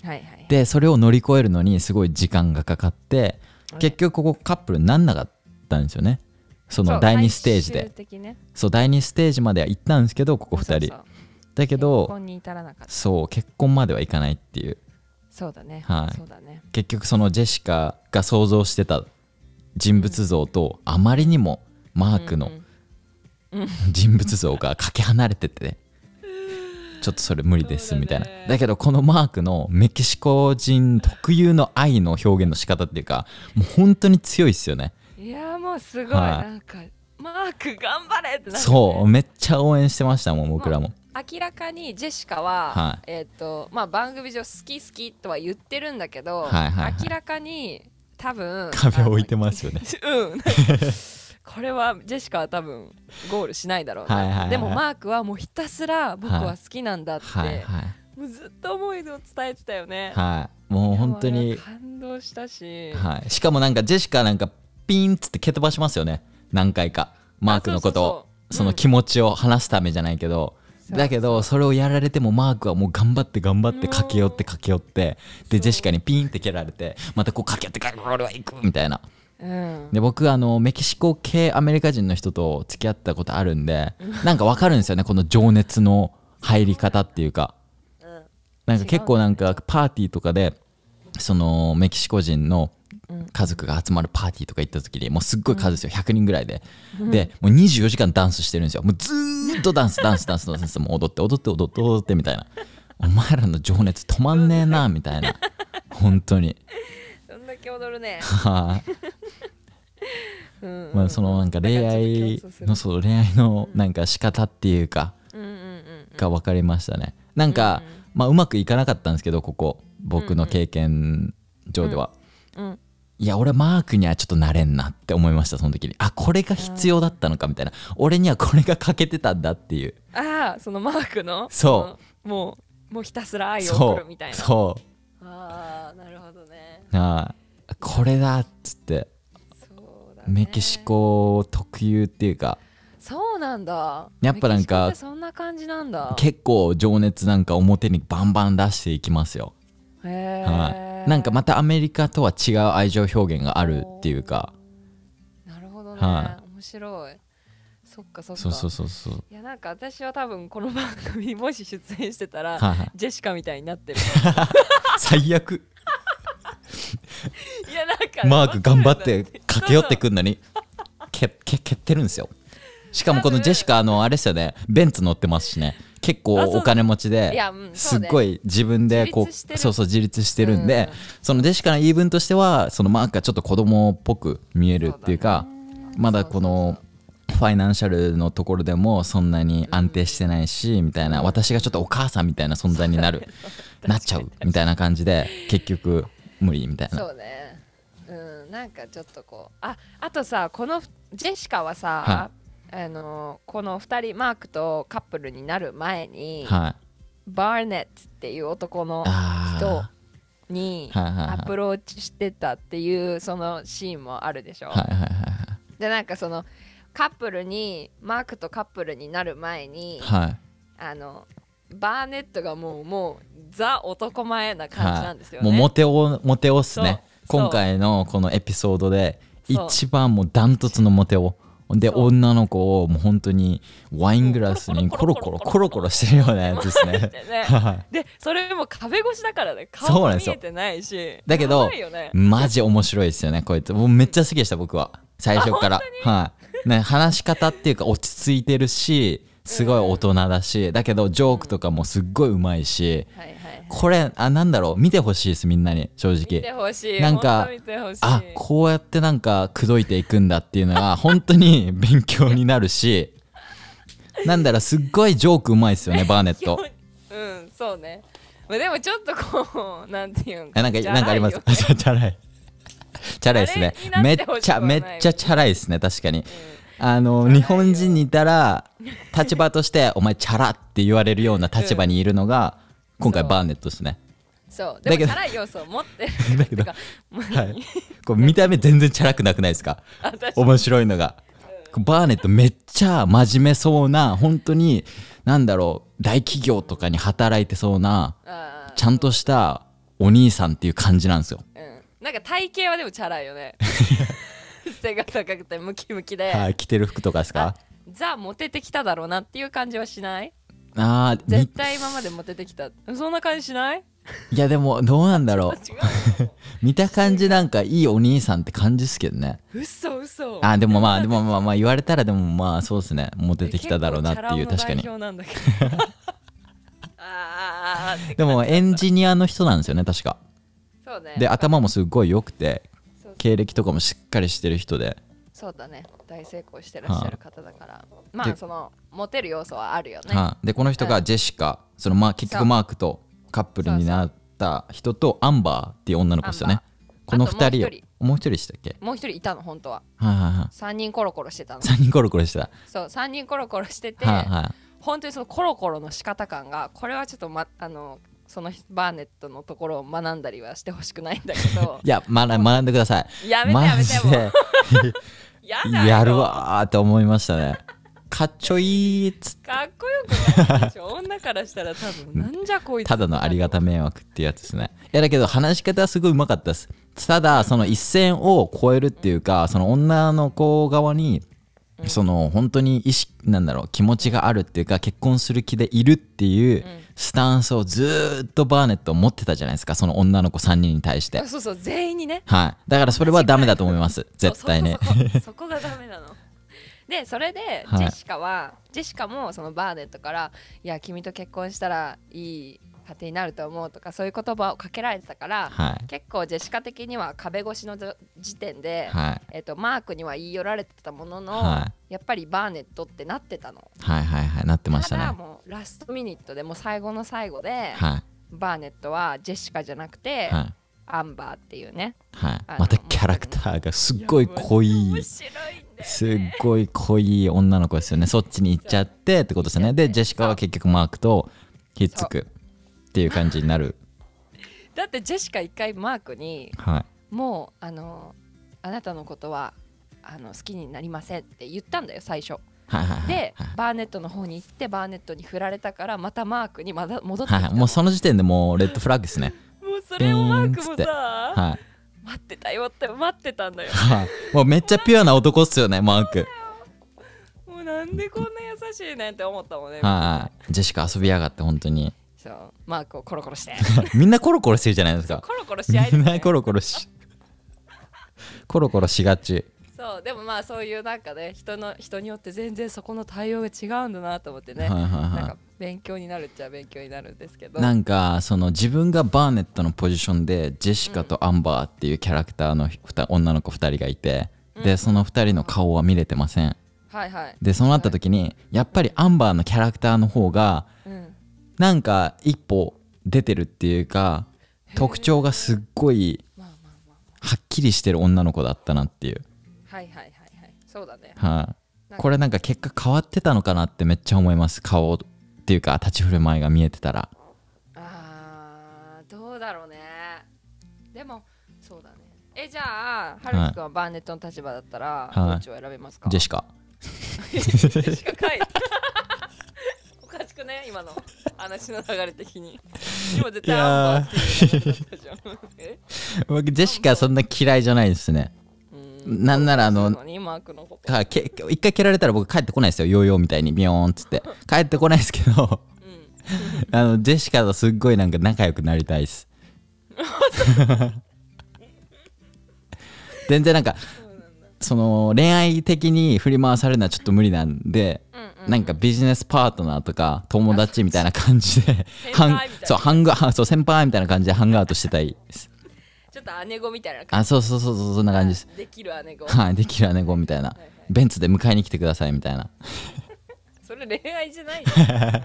はいはい、でそれを乗り越えるのにすごい時間がかかって結局ここカップルになんなかったんですよね。そのだいにステージで、ね、そうだいにステージまでは行ったんですけどここふたりそうそうだけど
結婚に至らなかった。
そう結婚まではいかないっていう。
そうだね、
はい、
そうだね。
結局そのジェシカが想像してた人物像とあまりにもマークの人物像がかけ離れてて、ちょっとそれ無理ですみたいな。 だ,、ね、だけどこのマークのメキシコ人特有の愛の表現の仕方っていうかもう本当に強いっすよね。
いやもうすごい、はい、なんかマーク頑張れってなって、ね、
そうめっちゃ応援してましたもん僕らも。
明らかにジェシカは、はい、えーとまあ、番組上好き好きとは言ってるんだけど、はいはいはい、明らかに多分
壁を置いてますよね
うんこれはジェシカは多分ゴールしないだろうな、
はいはいはい、
でもマークはもうひたすら僕は好きなんだって、
はいはいはい、
もうずっと思いを伝えてたよね。
はい、もう本当に
感動したし、
はい、しかもなんかジェシカなんかピーンっつって蹴飛ばしますよね、何回かマークのことを、そうそうそう、その気持ちを話すためじゃないけど、うん、だけどそれをやられてもマークはもう頑張って頑張って駆け寄って駆け寄ってでジェシカにピーンって蹴られてまたこう駆け寄って駆け寄って行くみたいな、うん、で僕あのメキシコ系アメリカ人の人と付き合ったことあるんでなんか分かるんですよねこの情熱の入り方っていうか、うん、なんか結構なんかパーティーとかでそのメキシコ人の家族が集まるパーティーとか行った時にもうすっごい数ですよ、ひゃくにんぐらいで、うん、でもうにじゅうよじかんダンスしてるんですよ。もうずーっとダンスダンスダンスダンスもう踊って踊って踊って踊ってみたいな、お前らの情熱止まんねえなみたいな本当に
そんだけ踊るね
まあそのなんか恋愛のそう恋愛のなんか仕方っていうかが分かりましたね。なんかまあうまくいかなかったんですけどここ僕の経験上では、うんうん、いや俺マークにはちょっとなれんなって思いましたその時に。あこれが必要だったのかみたいな、俺にはこれが欠けてたんだっていう。
ああそのマークの
そう
もうもうひたすら愛を送るみたいな。
そうそう、
ああなるほどね。
ああこれだっつって、そうだね、メキシコ特有っていうか。
そうなんだ。
やっぱなんか
そんな感じなんだ。
結構情熱なんか表にバンバン出していきますよ。
へ
はい、なんかまたアメリカとは違う愛情表現があるっていうか。
なるほどね、
はい、
面白い。そっかそっか。
そうそうそうそう。
いやなんか私は多分この番組にもし出演してたら、
はいはい、
ジェシカみたいになってる
最悪
いやなんか、ね、
マーク頑張って駆け寄ってくんのにけけ蹴ってるんですよ。しかもこのジェシカあのあれですよね、ベンツ乗ってますしね、結構お金持ちで、すっごい自分でこうそうそう自立してるんで、うん、そのジェシカの言い分としてはそのマークがちょっと子供っぽく見えるっていうか、まだこのファイナンシャルのところでもそんなに安定してないしみたいな、私がちょっとお母さんみたいな存在になるなっちゃうみたいな感じで結局無理みたいな。
そうね、うん、なんかちょっとこうああとさこのジェシカはさ、はい、あのこのふたりマークとカップルになる前に、はい、バーネットっていう男の人にアプローチしてたっていうそのシーンもあるでしょ、はいはいはいはい、でなんかそのカップルにマークとカップルになる前に、はい、あのバーネットがもうもうザ男前な感じなんですよね、
はい、もうモテおモテおっすね。今回のこのエピソードで一番もうダントツのモテおで、女の子をもう本当にワイングラスにコロコロコロコロしてるようなやつですね
でそれも壁越しだからね、顔も見えてないし、
だけど、ね、マジ面白いですよねこいつ。もうめっちゃ好きでした僕は最初から、はい、ね、話し方っていうか落ち着いてるしすごい大人だし、うん、だけどジョークとかもすっごいうまいし、うん、はいはいはい、これあなんだろう見てほしいですみんなに正直。
見てほしい。
なんかあこうやってなんか口説いていくんだっていうのが本当に勉強になるしなんだろうすっごいジョークうまいですよねバーネット。
うんそうね。でもちょっとこうなんていうんか
なんかなんかありますチャラいチャラいですね。めっちゃめっちゃチャラいですね確かに、うん、あの日本人にいたら立場としてお前チャラって言われるような立場にいるのが、うん、今回バーネットですね。
そうでもチャラい要素を持ってるだけど、はい、
こう見た目全然チャラくなくないですか面白いのが、うん、バーネットめっちゃ真面目そうな本当になんだろう大企業とかに働いてそうなちゃんとしたお兄さんっていう感じなんですよ、うん、
なんか体型はでもチャラいよね背が高くてムキムキで、
はい、着てる服とかですか。
ザモテてきただろうなっていう感じはしない？
あ
絶対今までモテてきたそんな感じしない？
いやでもどうなんだろう見た感じなんかいいお兄さんって感じですけどね。
嘘嘘。
あでもまあでもまあまあ言われたらでもまあそうですねモテてきただろうなっていう確かにあでもエンジニアの人なんですよね確か。
そうね。
で頭もすごい良くて経歴とかもしっかりしてる人で。
そうだね大成功してらっしゃる方だから、はあ、まあそのモテる要素はあるよね、
はあ、でこの人がジェシカ、うん、そのまあ結局マークとカップルになった人とアンバーっていう女の子ですよね。このふたりをもう一人でしたっけ？
もう一人いたの本当は。
はいはいはい。
さんにんコロコロしてたの。
さんにんコロコロしてた。
そうさんにんコロコロしてて、
はいはい。
本当にそのコロコロの仕方感がこれはちょっと、ま、あのそのバーネットのところを学んだりはしてほしくないんだけど
いや学学んでください。
やめてやめてもうやだよ
やるわーって思いましたね。かっちょいいっつって
かっこよくないでしょ女からしたら多分なんじゃこいつ
ただのありがた迷惑っていうやつですね。いやだけど話し方はすごいうまかったです。ただその一線を越えるっていうか、その女の子側にその本当に意識なんだろう気持ちがあるっていうか、結婚する気でいるっていうスタンスをずーっとバーネット持ってたじゃないですか、その女の子さんにんに対して。
そうそう全員にね。
はい、だからそれはダメだと思います絶対ね。
そこそこそこがダメなのでそれでジェシカは、はい、ジェシカもそのバーネットからいや君と結婚したらいい家庭になると思うとかそういう言葉をかけられてたから、はい、結構ジェシカ的には壁越しの時点で、はいえー、とマークには言い寄られてたものの、はい、やっぱりバーネットってなってたの。
はいはいはいなってましたね。
ただもうラストミニットでもう最後の最後で、はい、バーネットはジェシカじゃなくて、はい、アンバーっていうね、
はい、またキャラクターがすっごい濃い
面白いんだよね。
すっごい濃い女の子ですよね。そっちに行っちゃってってことですよね。でジェシカは結局マークとひっつくっていう感じになる
だってジェシカ一回マークに、はい、もうあのあなたのことはあの好きになりませんって言ったんだよ最初、はいはいはい、でバーネットの方に行ってバーネットに振られたからまたマークにまだ戻ってきたの、はいはい、
もうその時点でもうレッドフラッグですね
もうそれをマークもさ、はい、待ってたよって待ってたんだよ、
はい、もうめっちゃピュアな男っすよねマーク。
もうなんでこんな優しいねんって思ったもんね。
はい、ジェシカ遊びやがって本当に。
そうマークをコロコロして
みんなコロコロしてるじゃないですか。
コロコロし合いですね。
みんなコロコロしコロコロしがち。
そうでもまあそういうなんかね人の人によって全然そこの対応が違うんだなと思ってね、はいはいはい、なんか勉強になるっちゃ勉強になるんですけど、
なんかその自分がバーネットのポジションでジェシカとアンバーっていうキャラクターの女の子ふたりがいて、うん、でそのふたりの顔は見れてません、
はいはい、
でそうなった時にやっぱりアンバーのキャラクターの方が、うん、なんか一歩出てるっていうか特徴がすっごいはっきりしてる女の子だったなっていう。
はいはいはいはいそうだね。
はい、これなんか結果変わってたのかなってめっちゃ思います。顔っていうか立ち振る舞いが見えてたら。
あーどうだろうね。でもそうだね。えじゃあはるきくんはバーネットの立場だったら、はい、どっちを選べますか？
ジェシカ
ジェシカかいおかしくね今の話の流れ的に。今絶対アンバーっていうのだったじゃん
僕ジェシカそんな嫌いじゃないですね。なんならあの一回蹴られたら僕帰ってこないですよ。ヨーヨーみたいにビヨーンっつって帰ってこないですけどあのジェシカとすっごいなんか仲良くなりたいです全然なんかその恋愛的に振り回されるのはちょっと無理なんで、なんかビジネスパートナーとか友達みたいな感じでそうハングそう先輩みたいな感じでハングアウトしてたいです。
ちょっと姉子みたいな感じ。
あ、そうそうそうそうそんな感じです。
できる姉子。
はい、できる姉子みたいな。はいはい、ベンツで迎えに来てくださいみたいな。
それ恋愛じゃないそっか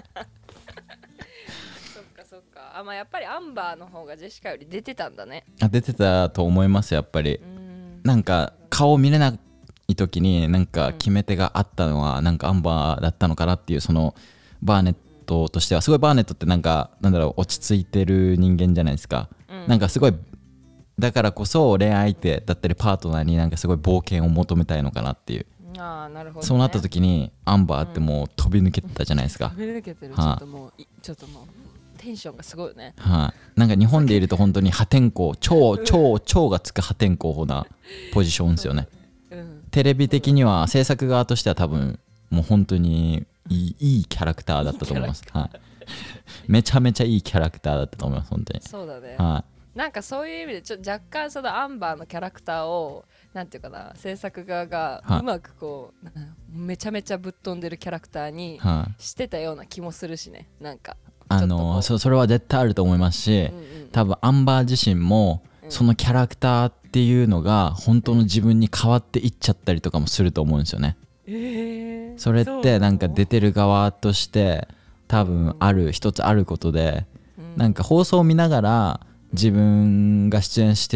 そっか。あ、まあやっぱりアンバーの方がジェシカより出てたんだね。
あ、出てたと思いますやっぱり。んなんか顔見れない時になんか決め手があったのはなんかアンバーだったのかなっていう、そのバーネットとしてはすごいバーネットってなんかなんだろう落ち着いてる人間じゃないですか。なんかすごいだからこそ恋愛相手だったりパートナーになんかすごい冒険を求めたいのかなっていう。
あーなるほどね、
そうなった時にアンバーってもう飛び抜けてたじゃないですか、
飛び抜けてる、はあ、ちょっともうちょっともうテンションがすごいよね、
はあ、なんか日本でいると本当に破天荒超超超がつく破天荒なポジションですよね、うん、テレビ的には制作側としては多分もう本当にいい、いいキャラクターだったと思います。はい、めちゃめちゃいいキャラクターだったと思います本当に。
そうだね、
はい、
なんかそういう意味でちょっと若干そのアンバーのキャラクターをなんていうかな制作側がうまくこう、はい、めちゃめちゃぶっ飛んでるキャラクターにしてたような気もするしね。なんか
あのー、そ, それは絶対あると思いますし、うんうん、多分アンバー自身もそのキャラクターっていうのが本当の自分に変わっていっちゃったりとかもすると思うんですよね、えー、それってなんか出てる側として多分ある、うん、一つあることで、うん、なんか放送を見ながら自分が出演して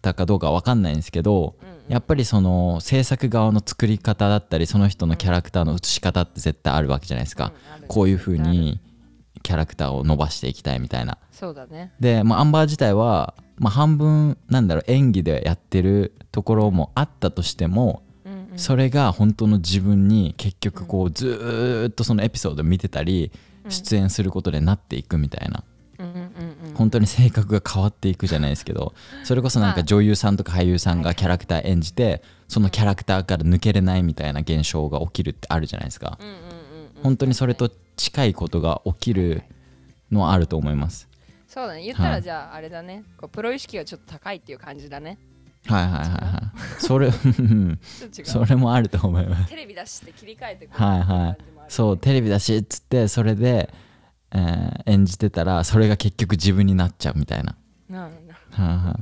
ったかどうかは分かんないんですけど、
うんうん、
やっぱりその制作側の作り方だったりその人のキャラクターの映し方って絶対あるわけじゃないですか、うん、こういう風にキャラクターを伸ばしていきたいみたいな。
そうだね。
で、まあ、アンバー自体は、まあ、半分なんだろう演技でやってるところもあったとしても、うんうん、それが本当の自分に結局こうずーっとそのエピソード見てたり、うん、出演することでなっていくみたいな、うんうんうんうん、本当に性格が変わっていくじゃないですけど、それこそなんか女優さんとか俳優さんがキャラクター演じてそのキャラクターから抜けれないみたいな現象が起きるってあるじゃないですか、うんうんうんうん、本当にそれと近いことが起きるのはあると思います。
そうだね、言ったらじゃああれだね、はい、こうプロ意識がちょっと高いっていう感じだね。
はいはいはいはいそれそれもあると思います。
テレビだしって切り替えてくる、
はいはい、そうテレビだしっつってそれで、えー、演じてたらそれが結局自分になっちゃうみたいな。なるほど。はいはい。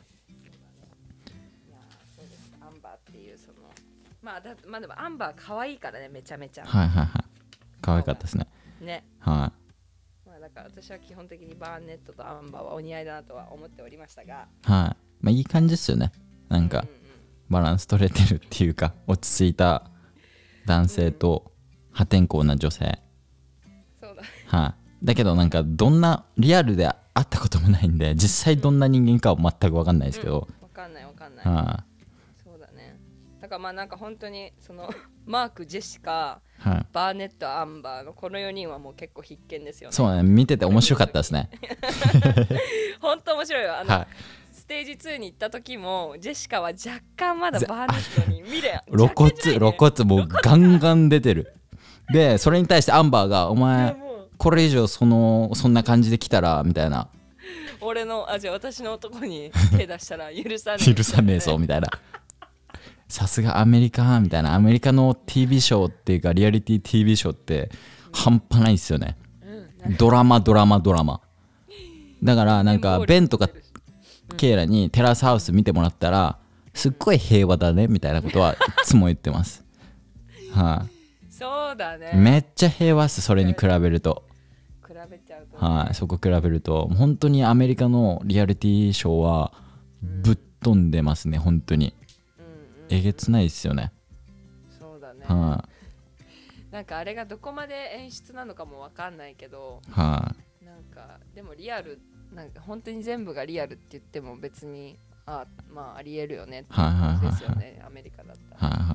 アンバーっていうそのまあだまあでもアンバー可愛いからね、めちゃめちゃ。
はいはいはい。可愛かったですね。
ね。
はい。
だから私は基本的にバーネットとアンバーはお似合いだなとは思っておりましたが、
はい、まあいい感じですよね。なんか、うんうんうん、バランス取れてるっていうか落ち着いた男性と破天荒な女性、
うん、そうだ、
はい、だけどなんかどんなリアルで会ったこともないんで実際どんな人間かは全く分かんないですけど、
うん、分かんない分かんない、
はい、
そうだね。だからまあなんか本当にそのマーク、ジェシカ、
はい、
バーネット、アンバーのこのよにんはもう結構必見ですよね。
そうね、見てて面白かったですね
本当面白いよ。あの、はい、ステージツーに行った時もジェシカは若干まだバーネットに見れ
露骨、ね、露骨もうガンガン出てるでそれに対してアンバーがお前これ以上そのそんな感じで来たらみたいな、
俺のあじゃあ私の男に手出したら許さねえ
許さねえぞみたいなさすがアメリカみたいな。アメリカの ティーブイ ショーっていうかリアリティ ティーブイ ショーって半端ないっすよね、うん、ドラマドラマドラマだからなんかベンとかケイラにテラスハウス見てもらったらすっごい平和だねみたいなことはいつも言ってますはい、
そうだね、
めっちゃ平和っす。それに比べると
比べちゃうと、
ね、はい、そこ比べると本当にアメリカのリアリティショーはぶっ飛んでますね、本当にえげつないっすよね。
そうだね、
はあ、
なんかあれがどこまで演出なのかもわかんないけど、
はあ、
なんかでもリアルなんか本当に全部がリアルって言っても別にあまあありえるよねって感じですよね、はいはいはいはい、アメリカだったら、はいはい、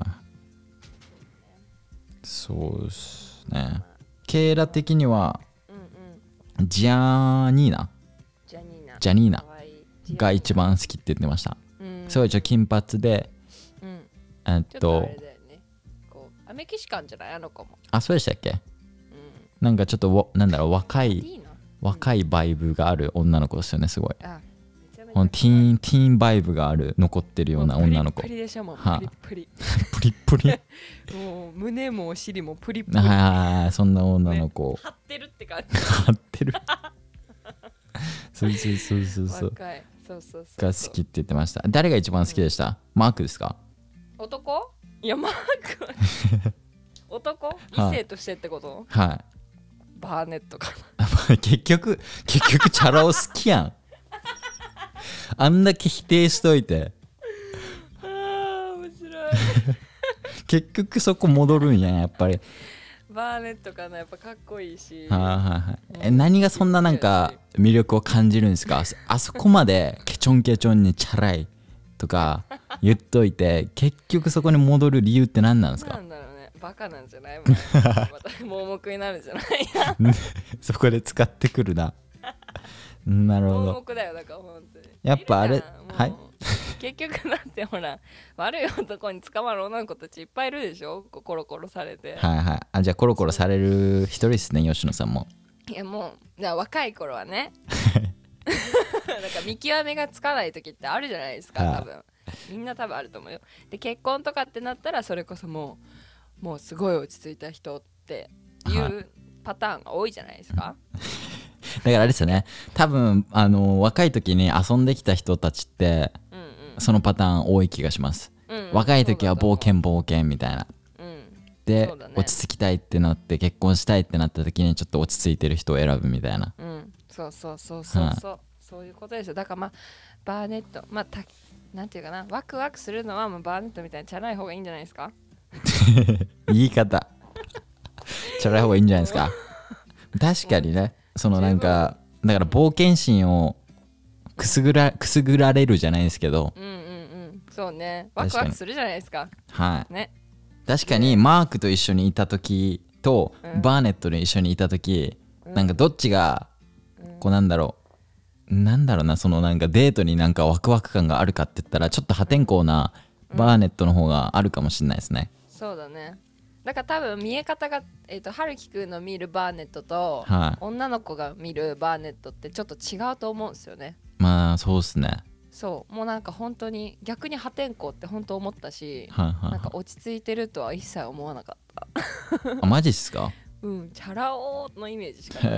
そうですね、まあ、ケイラ的には、うんうん、ジャニーナ
ジャニーナ
ジャニーナが一番好きって言ってました。すごいちょっと金髪で、うん、えっとちょっとあれだよね、
こうあメキシカンじゃないあの子も。
あ、そうでしたっけ、うん、なんかちょっとなんだろう若い若いバイブがある女の子ですよね、すごい。あ、めちゃめちゃティーンティーンバイブがある残ってるような女の子。
プリプリでしょ、もうプリプリ
プリプリ
もう胸もお尻もプリプリ、
ああそんな女の子、
ね、張ってるって感じ
張ってるそうそうそうそうそう
若いそうそうそう
が好きって言ってました。誰が一番好きでした、うん、マークですか？
男？いやマーク男？異性としてってこと？
はい、
バーネットか
な結局結局チャラ男好きやんあんだけ否定しといて
あー面白い
結局そこ戻るんややっぱり。
バーネットかな、やっぱかっこいいし、
はいはいはい、え何がそんななんか魅力を感じるんですか？あそこまでケチョンケチョンにチャラいとか言っといて結局そこに戻る理由って何なんですか？
なんだろうね、バカなんじゃない？また盲目になるんじゃない
そこで使ってくるななるほど、
盲目だよだから本当に。
やっぱあれはい
結局だってほら悪い男に捕まる女の子たちいっぱいいるでしょ、コロコロされて。
はいはい、あじゃあコロコロされる一人ですね吉野さんも。
いやもう若い頃はねなんか見極めがつかない時ってあるじゃないですか、多分みんな多分あると思うよ。で結婚とかってなったらそれこそもうもうすごい落ち着いた人っていうパターンが多いじゃないですか
だからあれですよね、多分あの若い時に遊んできた人たちって、うんうん、そのパターン多い気がします、うんうん、若い時は冒険冒険みたいな、うん、で、ね、落ち着きたいってなって結婚したいってなった時にちょっと落ち着いてる人を選ぶみたいな、
うん、そうそうそうそうそう、 そういうことですよ。だからまあバーネット、まあたなんていうかな、ワクワクするのはもうバーネットみたいにチャラい方がいいんじゃないですか。
言い方チャラい方がいいんじゃないですか。確かにね、そのなんかだから冒険心をくすぐらくすぐられるじゃないですけど、
うんうんうん、そうね、ワクワクするじゃないですか。
はい
ね、
確かにマークと一緒にいた時と、うん、バーネットで一緒にいた時、うん、なんかどっちがこうなんだろう、うん、なんだろうな、そのなんかデートになんかワクワク感があるかって言ったらちょっと破天荒なバーネットの方があるかもしれないですね、
うん、そうだね。だから多分見え方が、えーと、春樹くんの見るバーネットと、はい、女の子が見るバーネットってちょっと違うと思うんですよね。
まあそうっすね。
そうもうなんか本当に逆に破天荒って本当思ったし、はいはい、なんか落ち着いてるとは一切思わなかった
あ、マジっすか。
うんチャラ男のイメージしかない。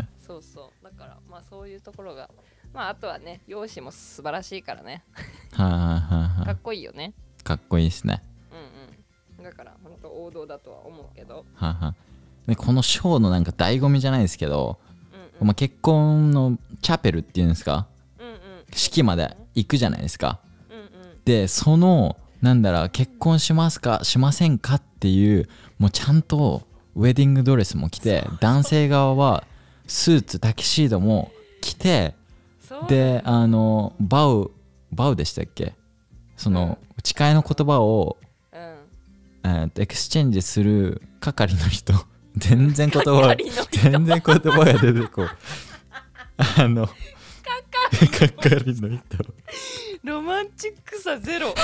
そうそうだからまあそういうところがまああとはね容姿も素晴らしいからねはいはいはいはいかっこいいよね。
かっこいいっすね。
うんうんだから本当王道だとは思うけど、
ははでこのショーのなんか醍醐味じゃないですけど、うんうんまあ、結婚のチャペルっていうんですか、うんうん、式まで行くじゃないですか、うんうん、でそのなんだろう結婚しますかしませんかっていうもうちゃんとウェディングドレスも着て男性側はスーツタキシードも着てであのバウバウでしたっけその、うん、誓いの言葉を、うんえー、とエクスチェンジする係の人全然言葉全然言葉が出てこうあの係の人
ロマンチックさゼロ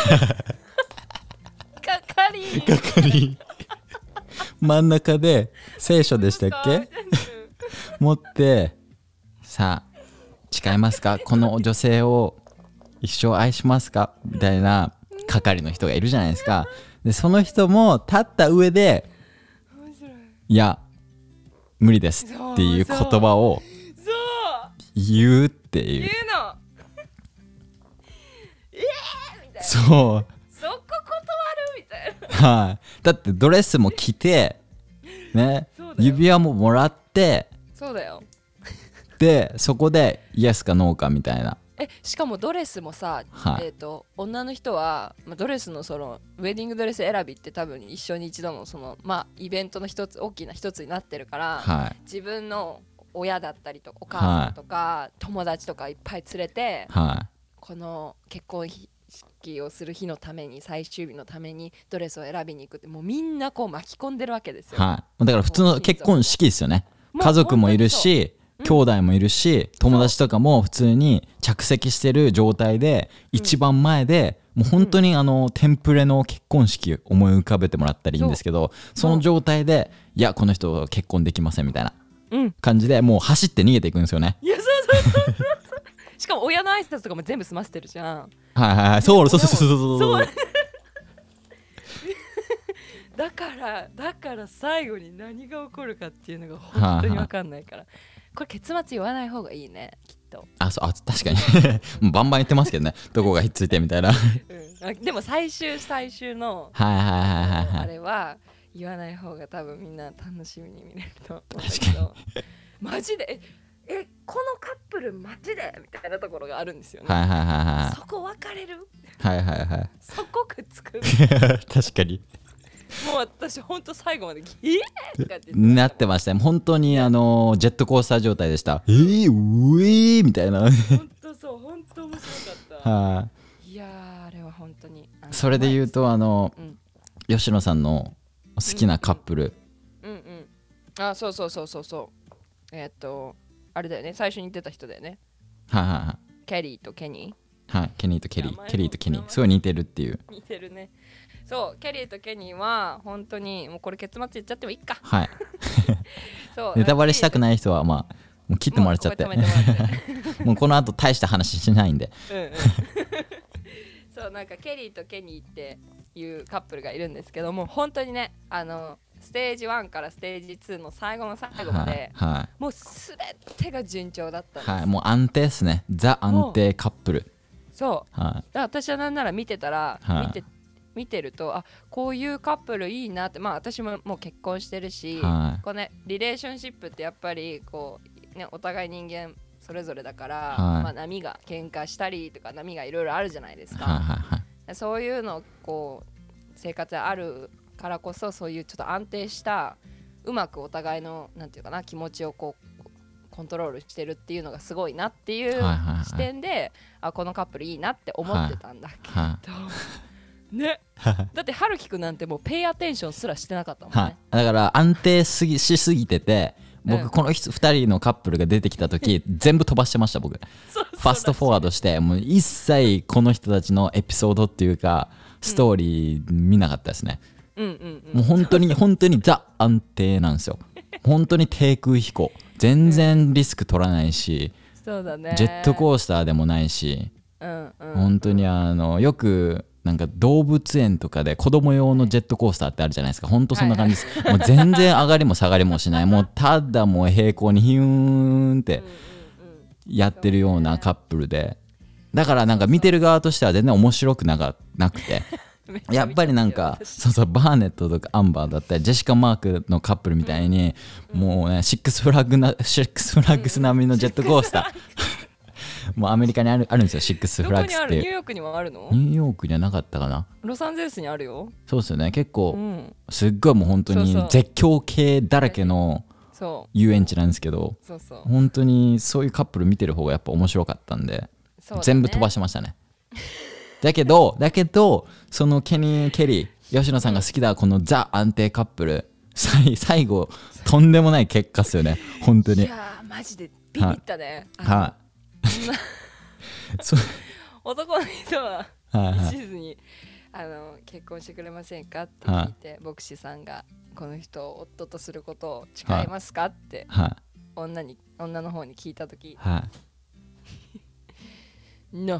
係
係真ん中で聖書でしたっけ持ってさあ誓いますかこの女性を一生愛しますかみたいな係の人がいるじゃないですか。でその人も立った上でいや無理ですっていう言葉を言うっていう言うの
えーみたいな
そうそ
こ断るみたいな
はい、だってドレスも着てね指輪ももらって
そうだよ
でそこでイエスかノーかみたいな
えしかもドレスもさ、はいえー、と女の人は、まあ、ドレスのそのウェディングドレス選びって多分一生に一度のその、まあ、イベントの一つ大きな一つになってるから、はい、自分の親だったりとお母さんとか、はい、友達とかいっぱい連れて、はい、この結婚式をする日のために最終日のためにドレスを選びに行くってもうみんなこう巻き込んでるわけですよ、
はい、だから普通の結婚式ですよね。家族もいるし兄弟もいるし友達とかも普通に着席してる状態で一番前で、うん、もう本当にあのテンプレの結婚式思い浮かべてもらったらいいんですけど そ, その状態でいやこの人は結婚できませんみたいな感じでもう走って逃げていくんですよね。
いやそうそうそうそうしかも親の挨拶とかも全部済ませてるじゃん。
はいはいはいそうそうそうそうそうそう
だからだから最後に何が起こるかっていうのが本当に分かんないから、はあはあこれ結末言わない方がいいねきっと。
あそうあ確かにもうバンバン言ってますけどねどこがひっついてみたいな、
うん、でも最終最終の
はいはいはいはい、
あれは言わない方が多分みんな楽しみに見れると思うんだけどマジでええこのカップルマジでみたいなところがあるんですよね。
はいはいはいはい
そこ別れる
はいはいはい
そこくっつく
確かに
もう私本当最後までギーとかって
なってましたね本当にあのジェットコースター状態でした。えー、うえーみたいな
本当そう本当面白かったはあ、いやーあれは本当に
それで言うとあの、うん、吉野さんの好きなカップル、
うんうん、うんうん、あそうそうそうそうそうえー、っとあれだよね最初に言ってた人だよね。
はいはいはい
ケリーとケニ
ーはいケニーとケリーケリーとケニーすごい似てるっていう
似てるね。そうケリーとケニーは本当にもうこれ結末言っちゃってもいいか
はいそうネタバレしたくない人はまあもう切ってもらっちゃってもう こ, てもうこの後大した話しないんでうん、うん、
そうなんかケリーとケニーっていうカップルがいるんですけども本当にねあのステージワンからステージツーの最後の最後まで、はいはい、もうすべてが順調だったんです、
はい、もう安定ですねザ安定カップル
そう、はい、だから私はなんなら見てたら、はい、見て見てるとあこういうカップルいいなってまあ私ももう結婚してるし、はい、こうねリレーションシップってやっぱりこう、ね、お互い人間それぞれだから、
はい
まあ、波が喧嘩したりとか波がいろいろあるじゃないですか、
はいはいはい、
そういうのこう生活あるからこそそういうちょっと安定したうまくお互いのなんていうかな気持ちをこうコントロールしてるっていうのがすごいなっていう視点で、はいはいはい、あこのカップルいいなって思ってたんだけど、はいはい、ねだって春樹くんなんてもうペイアテンションすらしてなかったもんね、はい、
だから安定すぎしすぎてて僕このふたりのカップルが出てきた時全部飛ばしてました僕ファストフォワードしてもう一切この人たちのエピソードっていうかストーリー見なかったですね、うんうんうんうん、もう本当に本当にザ安定なんですよ本当に低空飛行全然リスク取らないし、
うん、そうだね、
ジェットコースターでもないし、うんうん、本当にあのよくなんか動物園とかで子供用のジェットコースターってあるじゃないですか本当そんな感じです、はいはい、もう全然上がりも下がりもしないもうただもう平行にヒューンってやってるようなカップルでだからなんか見てる側としては全然面白くなかなくてやっぱりなんかそうそうバーネットとかアンバーだったりジェシカ・マークのカップルみたいに、うん、もうねシックスフラッグなシックスフラッグス並みのジェットコースターもうアメリカにある、あるんですよシックスフラッグスっていう。
どこにある？ニューヨークにもあるの？
ニューヨークにはなかったかな。
ロサンゼルスにあるよ。
そうですよね結構、うん、すっごいもう本当に絶叫系だらけの遊園地なんですけどそうそう本当にそういうカップル見てる方がやっぱ面白かったんで、ね、全部飛ばしましたねだけどだけどそのケニー・ケリー吉野さんが好きだこのザ安定カップル最後とんでもない結果っすよね本当に。
いやマジでビビったね。
はい、
男の人は一途にあの結婚してくれませんかって聞いて、はい、牧師さんがこの人を夫とすることを誓いますか、はい、って、はい、女に女の方に聞いたとき、はい、No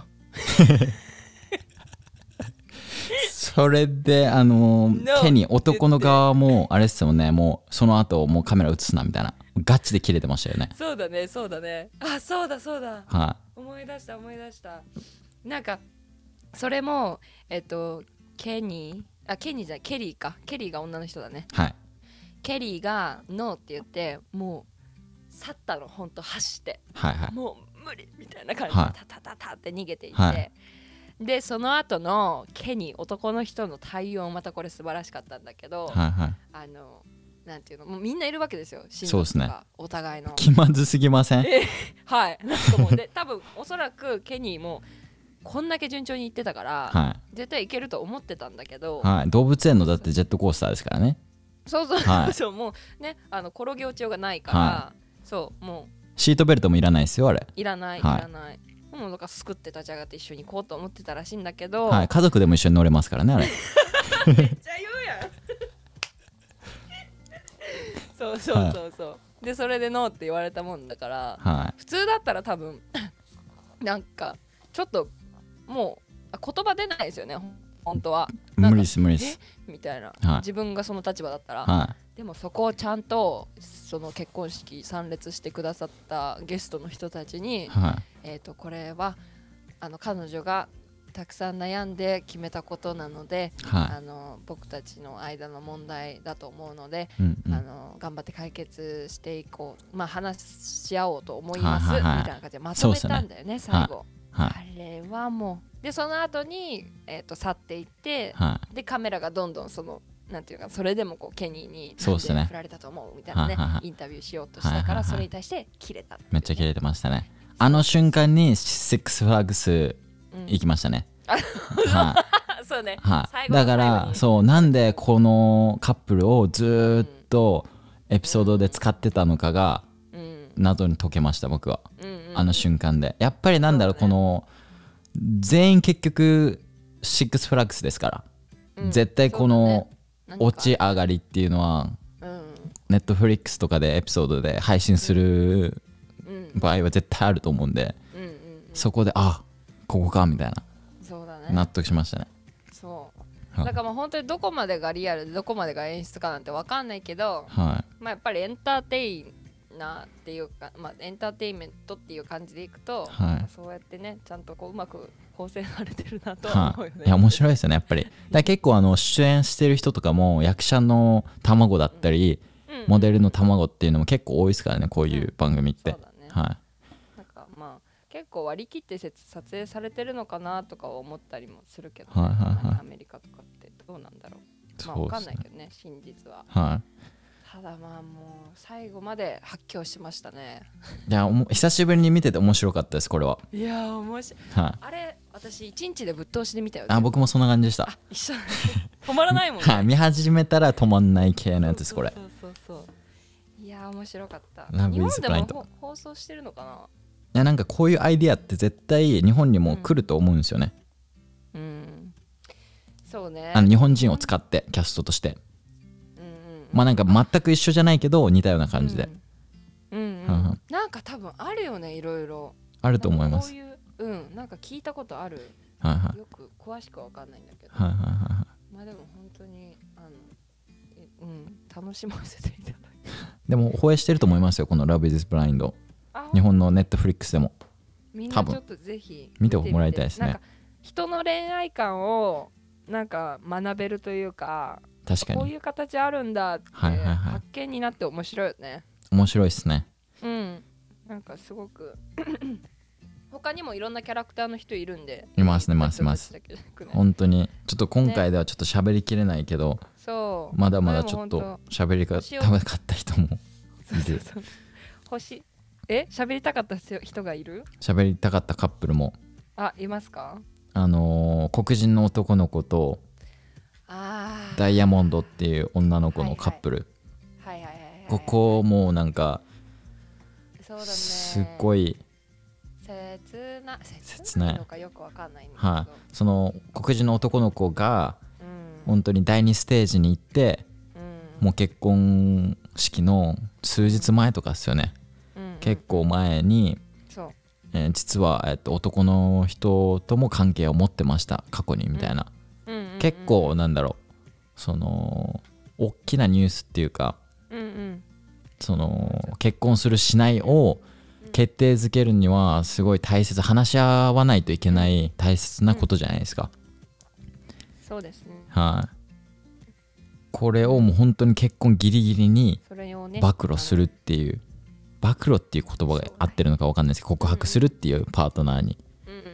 それであの no! ケニー男の側もあれっすよねもうその後もうカメラ映すなみたいなガチで切れてましたよね。
そうだねそうだねあそうだそうだ、はい、思い出した思い出したなんかそれもえっとケニーあケニーじゃないケリーかケリーが女の人だね、はい、ケリーがノーって言ってもう去ったのほんと走って、はいはい、もう無理みたいな感じで、はい、タタタタって逃げていって、はい、でその後のケニー男の人の対応またこれ素晴らしかったんだけど、はいはい、あのなんていうのもうみんないるわけですよ親族とかお互いの
気まずすぎません
はいなんかもうで多分おそらくケニーもこんだけ順調にいってたから、はい、絶対いけると思ってたんだけど、
はい、動物園のだってジェットコースターですからね
そうそう、はい、そうもうねあの転げ落ちようがないから、はい、そうもう
シートベルトもいらないですよあれ
いらない、はい、いらないもうなんかすくって立ち上がって一緒に行こうと思ってたらしいんだけど、
はい、家族でも一緒に乗れますからねあれ
めっちゃ言うやんそうそうそうそう、はい、でそれでノーって言われたもんだから、はい、普通だったら多分なんかちょっともう言葉出ないですよね本当は
無理です無理です
みたいな、はい、自分がその立場だったら、はい、でもそこをちゃんとその結婚式参列してくださったゲストの人たちに、はい、えーとこれはあの彼女がたくさん悩んで決めたことなので、はい、あの僕たちの間の問題だと思うので、うんうん、あの頑張って解決していこう、まあ、話し合おうと思います、はいはいはい、みたいな感じでまとめたんだよね、最後、はいはい、あれはもうでその後に、えー、と去っていって、はい、でカメラがどんどんそのなんていうかそれでもこうケニーになんで振られたと思うみたいなね、はいはい、インタビューしようとしたから、はいはいはい、それに対して切れた、ね、
めっちゃ切れてましたねあの瞬間にシックスフラッグス行きましたね、うん
はい、そうね、
はい、だからそうなんでこのカップルをずっとエピソードで使ってたのかが謎に解けました僕は、うんうんうん、あの瞬間でやっぱりなんだろう、ね、この全員結局シックスフラッグスですから、うん、絶対この落ち上がりっていうのはネットフリックスとかでエピソードで配信する場合は絶対あると思うんで、うんうんうんうん、そこであここかみたいな
そうだね、
納得しましたね。
そうだからもう本当にどこまでがリアルでどこまでが演出かなんて分かんないけど、はい、まあやっぱりエンターテイナーっていうか、まあ、エンターテインメントっていう感じでいくと、はい、そうやってねちゃんとこううまく構成されてるなと思うよね、はい、
いや面白いですよねやっぱりだから結構あの出演してる人とかも役者の卵だったり、うん、モデルの卵っていうのも結構多いですからねこういう番組って、うん、そうだね、はい、
なんか結構割り切って撮影されてるのかなとか思ったりもするけど、
ね、はいはいはい、
アメリカとかってどうなんだろう。まあわかんないけどね、真実は。
はい。
ただまあもう最後まで発狂しましたね。
いや久しぶりに見てて面白かったですこれは。
いや面白い、はい、あれ私一日でぶっ通しで見たよね。
あ僕もそんな感じでした。
あ一緒止まらないもんね
はい見始めたら止まんない系のやつですこれ。
そうそうそうそういや面白かった。
ラブイズブラインド
日本でも放送してるのかな。い
やなんかこういうアイディアって絶対日本にも来ると思うんですよね。
うん、うん、そうね。
あの日本人を使ってキャストとして、うんうん、まあなんか全く一緒じゃないけど似たような感じで、
うんうんうん、なんか多分あるよね、いろいろ
あると思います。
こういう、うん、なんか聞いたことある、
はいはい、
よく詳しくは分かんないんだけど、
はいはいはい、
まあでも本当にあの、うん、楽しませていただいて
でも放映してると思いますよこの Love is Blind。 日本の Netflix でも
みんなちょっとぜひ
見てもらいたいですね。
なんか人の恋愛観をなんか学べるというか、
確かに
こういう形あるんだって発見になって面白いよね、はいはいはい、
面白いですね。
うん、なんかすごく他にもいろんなキャラクターの人いるんで。
いますねいますいます、ね、本当にちょっと今回ではちょっと喋りきれないけど、ね、そうまだまだちょっと喋りがたかった人もいる。
そうそうそう星え喋りたかった人がいる。
喋りたかったカップルも
あいますか。
あのー、黒人の男の子と
あ
ダイヤモンドっていう女の子のカップル、
はいはいはいはいはいはい、
ここもうなんか
そうだね、
すっごい
切な切ないのかよくわかんないんだけど、
はい、その黒人の男の子が本当にだいにステージに行って、うん、もう結婚式の数日前とかですよね、うん、結構前に、そうえー、実は、えっと、男の人とも関係を持ってました過去にみたいな、うんうんうんうん、結構なんだろうその大きなニュースっていうか、うんうん、その結婚するしないを決定づけるにはすごい大切、話し合わないといけない大切なことじゃないですか、
うん、そうですね、
はい、これをもう本当に結婚ギリギリに暴露するっていう、ね、暴露っていう言葉が合ってるのか分かんないですけど、告白するっていうパートナーに、うんうん、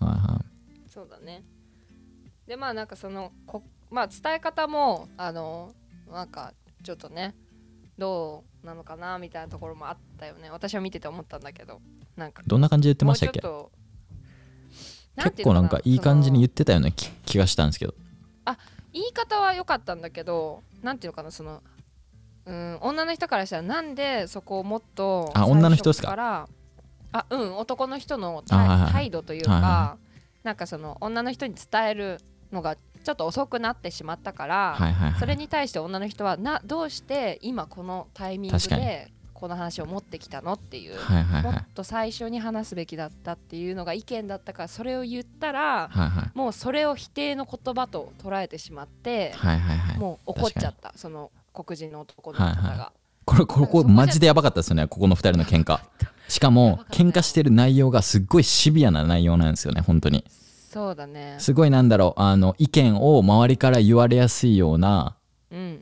はいはい、
そうだね。でまあなんかそのこ、まあ、伝え方もあのなんかちょっとねどうなのかなみたいなところもあったよね。私は見てて思ったんだけど、なんか
どんな感じで言ってましたっけ。結構なんかいい感じに言ってたような 気, 気がしたんですけど。
あ言い方は良かったんだけど、なんていうのかな、そのうん女の人からしたらなんでそこをもっと
あ女の人ですか。
あうん男の人の態度というか、はいはい、なんかその女の人に伝えるのがちょっと遅くなってしまったから、はいはいはい、それに対して女の人はなどうして今このタイミングでこの話を持ってきたのっていう、はいはいはい、もっと最初に話すべきだったっていうのが意見だったから、それを言ったら、はいはい、もうそれを否定の言葉と捉えてしまって、はいはいはい、もう怒っちゃった、その黒人の男の方が、はいはい、
これこれこれマジでやばかったですよね、ここのふたりの喧嘩しかも喧嘩してる内容がすっごいシビアな内容なんですよね、本当に。
そうだね、
すごいなんだろう、あの意見を周りから言われやすいような、うんうんうん、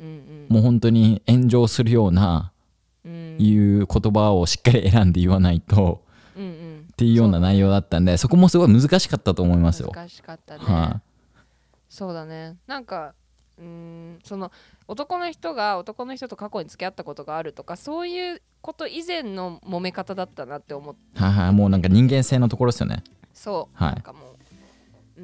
もう本当に炎上するような、うん、いう言葉をしっかり選んで言わないと、うんうん、っていうような内容だったんで、 そ, そこもすごい難しかったと思いますよ。
難しかったね、はあ、そうだね。なんかうーんその男の人が男の人と過去に付き合ったことがあるとか、そういうこと以前の揉め方だったなって思って、
はいはい、もうなんか人間性のところですよね。
そう、はい、なんかもううん、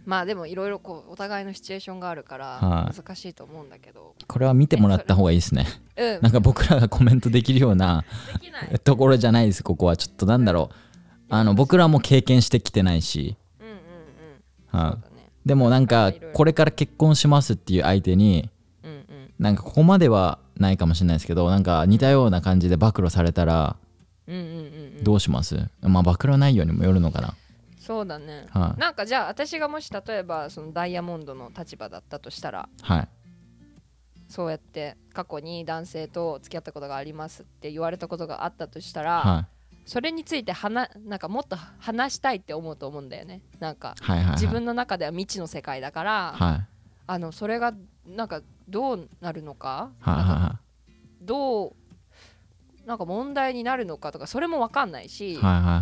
まあでもいろいろこうお互いのシチュエーションがあるから難しいと思うんだけど、
これは見てもらった方がいいですね、うん、なんか僕らがコメントできるようなところじゃないです。ここはちょっとなんだろう、うん、あの僕らも経験してきてないし、うんうんうん、はあ、そうだね、でもなんかこれから結婚しますっていう相手に、うんうん、なんかここまではないかもしれないですけど、なんか似たような感じで暴露されたらどうします？まあ暴露内容にもよるのかな。
そうだね、はい、なんかじゃあ私がもし例えばそのダイヤモンドの立場だったとしたら、はい、そうやって過去に男性と付き合ったことがありますって言われたことがあったとしたら、はい、それについてはななんかもっと話したいって思うと思うんだよね。なんか、はいはいはい、自分の中では未知の世界だから、はい、あのそれがなんかどうなるのか、はいはいはい、なんかどうなんか問題になるのかとかそれも分かんないし、はいはいはい、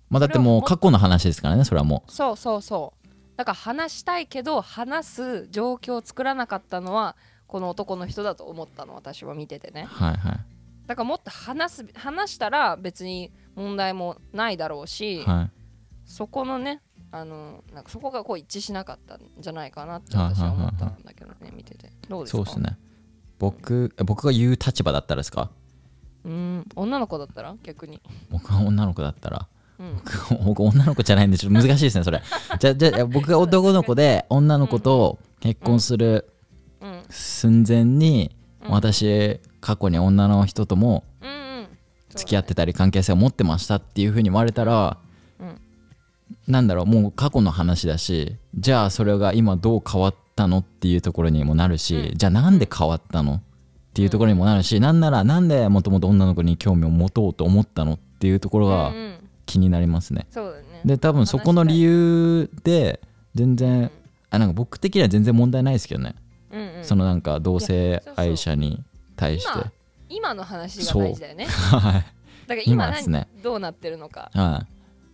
まあだってもう過去の話ですからね、それはも
う。そうそうそう。だから話したいけど話す状況を作らなかったのはこの男の人だと思ったの、私は見ててね。
はいはい。
だからもっと話す話したら別に問題もないだろうし、はい、そこのねあのなんかそこがこう一致しなかったんじゃないかなって私は思ったんだけどね、はいはいはい、見ててどうですか？
そうですね。僕僕が言う立場だったらですか？
うーん、女の子だったら逆に。
僕が女の子だったら、うん、僕, 僕女の子じゃないんでちょっと難しいですねそれ。じゃじゃ僕が男の子で女の子と結婚する寸前に、うん、私過去に女の人とも付き合ってたり関係性を持ってましたっていう風に言われたら、うん、なんだろう、もう過去の話だし、じゃあそれが今どう変わったのっていうところにもなるし、うん、じゃあなんで変わったのっていうところにもなるし、うん、なんならなんでもともと女の子に興味を持とうと思ったのっていうところが気になりますね。
そうだね。
で多分そこの理由で全然、うん、あなんか僕的には全然問題ないですけどね、うんうん、そのなんか同性愛者に対して。
今の話が大事だよね。はい。だから今何、ね、どうなってるのか。はい。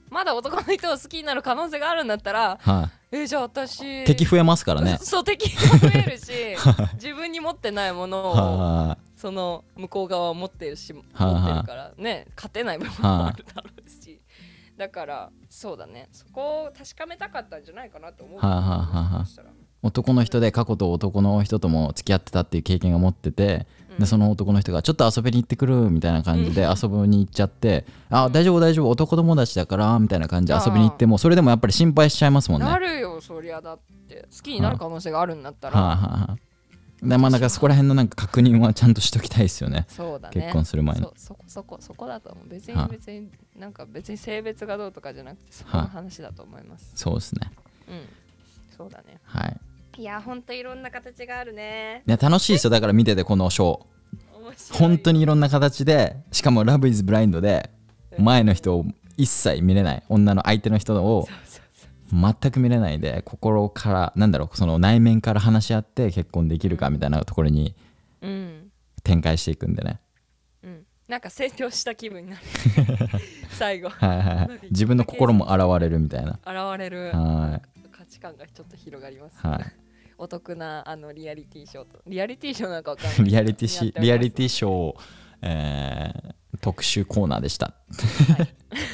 まだ男の人を好きになる可能性があるんだったら、はい、えじゃあ私
敵増えますからね。
そう敵が増えるし、自分に持ってないものをその向こう側は持ってるし持ってるからね、勝てない部分もあるだろうし、だからそうだね、そこを確かめたかったんじゃないかなと思う。はあはあはあ、
男の人で過去と男の人とも付き合ってたっていう経験が持ってて、うん、でその男の人がちょっと遊びに行ってくるみたいな感じで遊びに行っちゃって、うん、あ大丈夫大丈夫男友達だからみたいな感じで遊びに行っても、それでもやっぱり心配しちゃいますもんね。
なるよそりゃ、だって好きになる可能性があるんだったら、はあはあ、
でまあなんかそこら辺のなんか確認はちゃんとしときたいですよね。
そうだね、
結婚する前に。
そ, そこそこそこだと思う。別に別になんか別に性別がどうとかじゃなくてそこの話だと思います。
そうですね。
うんそうだね。
はい。
いやほんといろんな形があるね。
いや楽しいですよ、だから見ててこのショー本当にいろんな形で、しかもラブイズブラインドで前の人を一切見れない、女の相手の人を全く見れないで、心からなんだろう、その内面から話し合って結婚できるかみたいなところに展開していくんでね、
うんうん、なんか成長した気分になる最後
はい、はい、自分の心も現れるみたいな、
現れる、はい、価値観がちょっと広がります、ね、はい、お得なあのリアリティショーとリアリティショーなんかわかんない
リアリティシリアリティショー、えー、特集コーナーでした、はい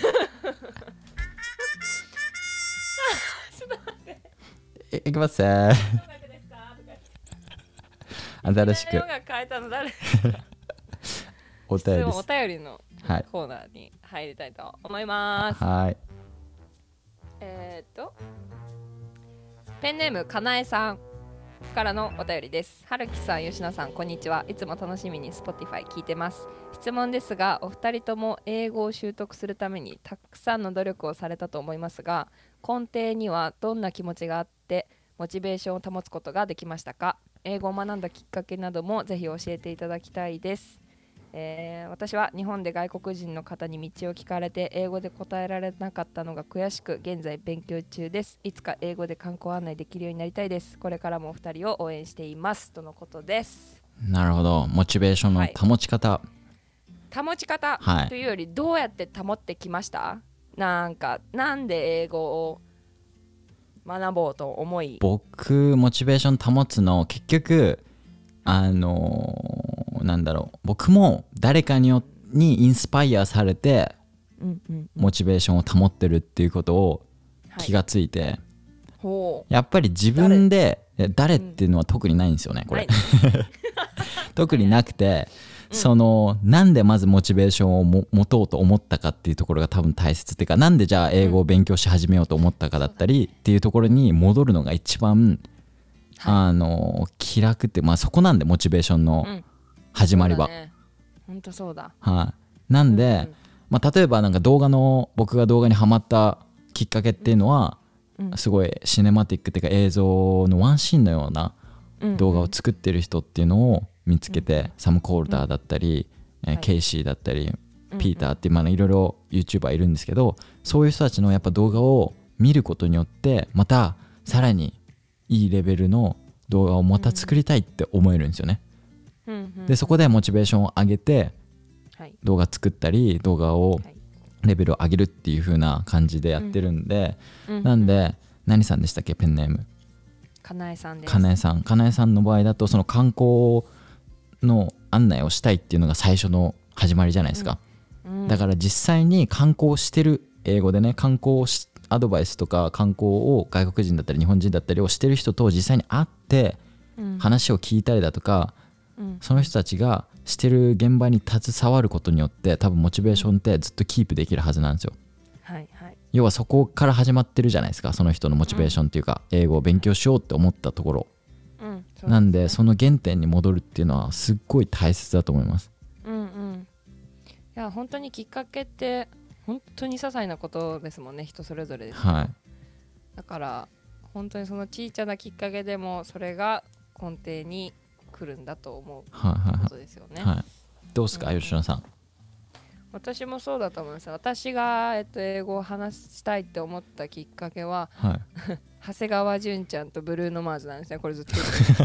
い, いきますー新しくお便りです。
お便りのコーナーに入りたいと思います。
はい。
えー、っとペンネームかなえさんからのお便りです。はるきさん、吉野さん、こんにちは。いつも楽しみに Spotify 聞いてます。質問ですが、お二人とも英語を習得するためにたくさんの努力をされたと思いますが、根底にはどんな気持ちがあってモチベーションを保つことができましたか？英語を学んだきっかけなどもぜひ教えていただきたいです。えー、私は日本で外国人の方に道を聞かれて英語で答えられなかったのが悔しく、現在勉強中です。いつか英語で観光案内できるようになりたいです。これからもお二人を応援していますとのことです。
なるほど、モチベーションの保ち方、は
い、保ち方、はい、というよりどうやって保ってきました？なんかなんで英語を学ぼうと思い。
僕モチベーション保つの結局あのー、なんだろう、僕も誰かによにインスパイアされてモチベーションを保ってるっていうことを気がついて、はい、やっぱり自分で 誰, 誰っていうのは特にないんですよねこれ、特になくて、うん、そのなんでまずモチベーションをも持とうと思ったかっていうところが多分大切っていうか、なんでじゃあ英語を勉強し始めようと思ったかだったりっていうところに戻るのが一番、はい、あの気楽って、まあそこなんでモチベーションの始まりは、
ほんとそうだ、
はい、なんで、うんうん、まあ、例えばなんか動画の僕が動画にハマったきっかけっていうのは、うん、すごいシネマティックっていうか映像のワンシーンのような動画を作ってる人っていうのを見つけて、うん、サム・コールターだったり、うん、ケイシーだったり、はい、ピーターっていう、まあ、いろいろ YouTuber いるんですけど、そういう人たちのやっぱ動画を見ることによってまたさらにいいレベルの動画をまた作りたいって思えるんですよね、うんうん、でそこでモチベーションを上げて動画作ったり動画をレベルを上げるっていう風な感じでやってるんで、
うんうん、
なんで何さんでしたっけペンネーム。
かなえさんです。
かなえさんかなえさんの場合だとその観光の案内をしたいっていうのが最初の始まりじゃないですか、うんうん、だから実際に観光してる英語でね観光しアドバイスとか観光を外国人だったり日本人だったりをしてる人と実際に会って話を聞いたりだとか、うん、その人たちがしてる現場に携わることによって多分モチベーションってずっとキープできるはずなんですよ、
はいはい、
要はそこから始まってるじゃないですかその人のモチベーションっていうか、うん、英語を勉強しようって思ったところ、うんね、なんでその原点に戻るっていうのはすっごい大切だと思います。
うんうん、いや本当にきっかけって本当に些細なことですもんね人それぞれです、
はい、
だから本当にその小さなきっかけでもそれが根底に来るんだと思うことですよね、
はいはいはい、どうですか、うん、吉野さん。
私もそうだと思います。私が、えっと、英語を話したいって思ったきっかけは、
はい、
長谷川純ちゃんとブルーノマーズなんですね。これずっと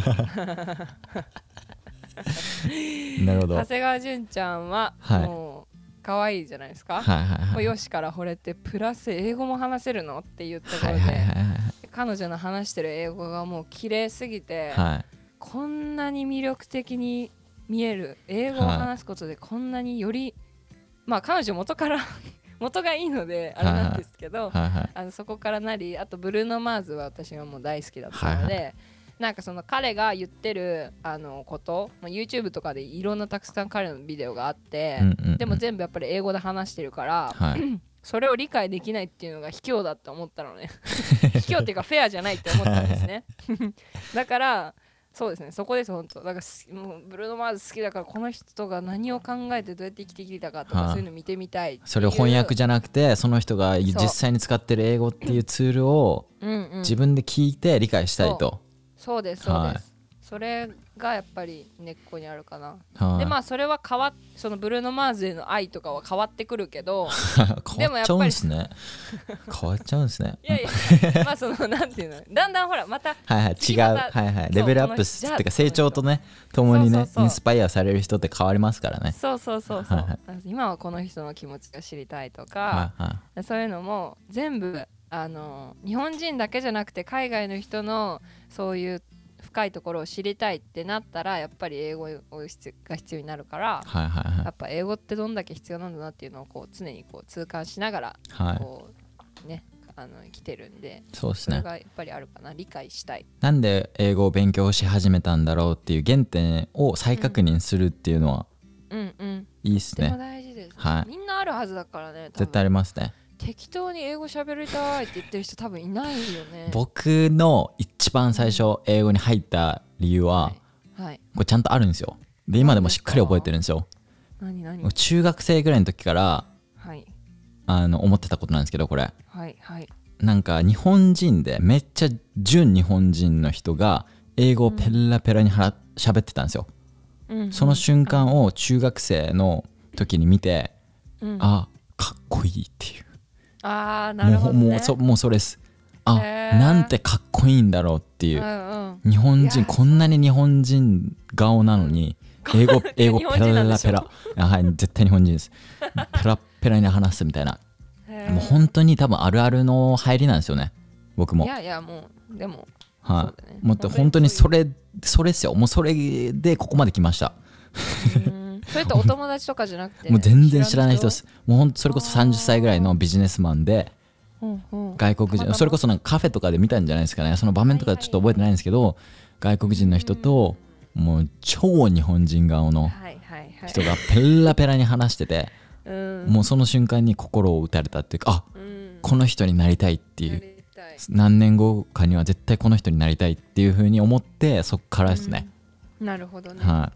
なるほど。
長谷川純ちゃんは、はい、もう可愛いじゃないですか、
はいはいはい、
もうよしから惚れてプラス英語も話せるのっていうところで、はいはいはいはい、彼女の話してる英語がもう綺麗すぎて、はい、こんなに魅力的に見える英語を話すことでこんなにより、まあ彼女元から元がいいのであれなんですけど、はいはい、あのそこからなり、あとブルーノマーズは私はもう大好きだったので、はいはい、なんかその彼が言ってるあのこと、まあ、YouTube とかでいろんなたくさん彼のビデオがあって、うんうんうん、でも全部やっぱり英語で話してるから、はい、それを理解できないっていうのが卑怯だって思ったのね卑怯っていうかフェアじゃないって思ったんですねだからそうですね、そこです本当。だからもうブルーノマーズ好きだからこの人が何を考えてどうやって生きてきたかとか、はあ、そういうの見てみたい。
それを翻訳じゃなくてその人が実際に使ってる英語っていうツールを自分で聞いて理解したいと。
そうですそうです、はい、それがやっぱり根っこにあるかな、はい、でまあそれは変わっそのブルーノマーズへの愛とかは変わってくるけど
変わっちゃうんですね変わっちゃうんですね
いやいやまあそのなんていうのだんだんほらまた
はいはい違うはいはいレベルアップすっていうか成長とね共にねそうそうそうインスパイアされる人って変わりますからね。
そうそうそうそう、はいはい、今はこの人の気持ちが知りたいとか、はいはい、そういうのも全部あの日本人だけじゃなくて海外の人のそういう深いところを知りたいってなったらやっぱり英語が必要になるから、はいはいはい、やっぱ英語ってどんだけ必要なんだなっていうのをこう常にこう痛感しながらこう、ね、あの生きてるんで、
そうですね、
それがやっぱりあるかな、理解したい。
なんで英語を勉強し始めたんだろうっていう原点を再確認するっていうのは、うん、うんうんいいですね。
とても大事です、ね
はい、
みんなあるはずだからね。
絶対ありますね。
適当に英語喋りたいって言ってる人多分いないよね。
僕の一番最初英語に入った理由は、はいはい、これちゃんとあるんですよ。で今でもしっかり覚えてるんですよ。
何何
中学生ぐらいの時から、はい、あの思ってたことなんですけど、これ、
はいはい、
なんか日本人でめっちゃ純日本人の人が英語をペラペラには喋ってたんですよ、うん、その瞬間を中学生の時に見て、うん、あかっこいいっていう、
あーなるほどね、
もう、もう、そ、もうそれです。あ、なんてかっこいいんだろうっていう、うんうん、日本人こんなに日本人顔なのに英語英語ペラペラはい絶対日本人ですペラペラに話すみたいな、もう本当に多分あるあるの入りなんですよね、僕も。
いやいやもうでも
はい、ね、もっと本当にそれそれですよ。もうそれでここまで来ました
うんそれってお友達とかじゃなくて、ね、
もう全然知らない人です。もうほんとそれこそさんじゅっさいぐらいのビジネスマンで、うんうん、外国人、それこそなんかカフェとかで見たんじゃないですかね。その場面とかちょっと覚えてないんですけど、はいはいはい、外国人の人と、うん、もう超日本人顔の人がペラペラに話してて、うん、もうその瞬間に心を打たれたっていうか、あ、うん、この人になりたいっていう、何年後かには絶対この人になりたいっていう風に思って、そっからですね、
うん、なるほどね、
はい、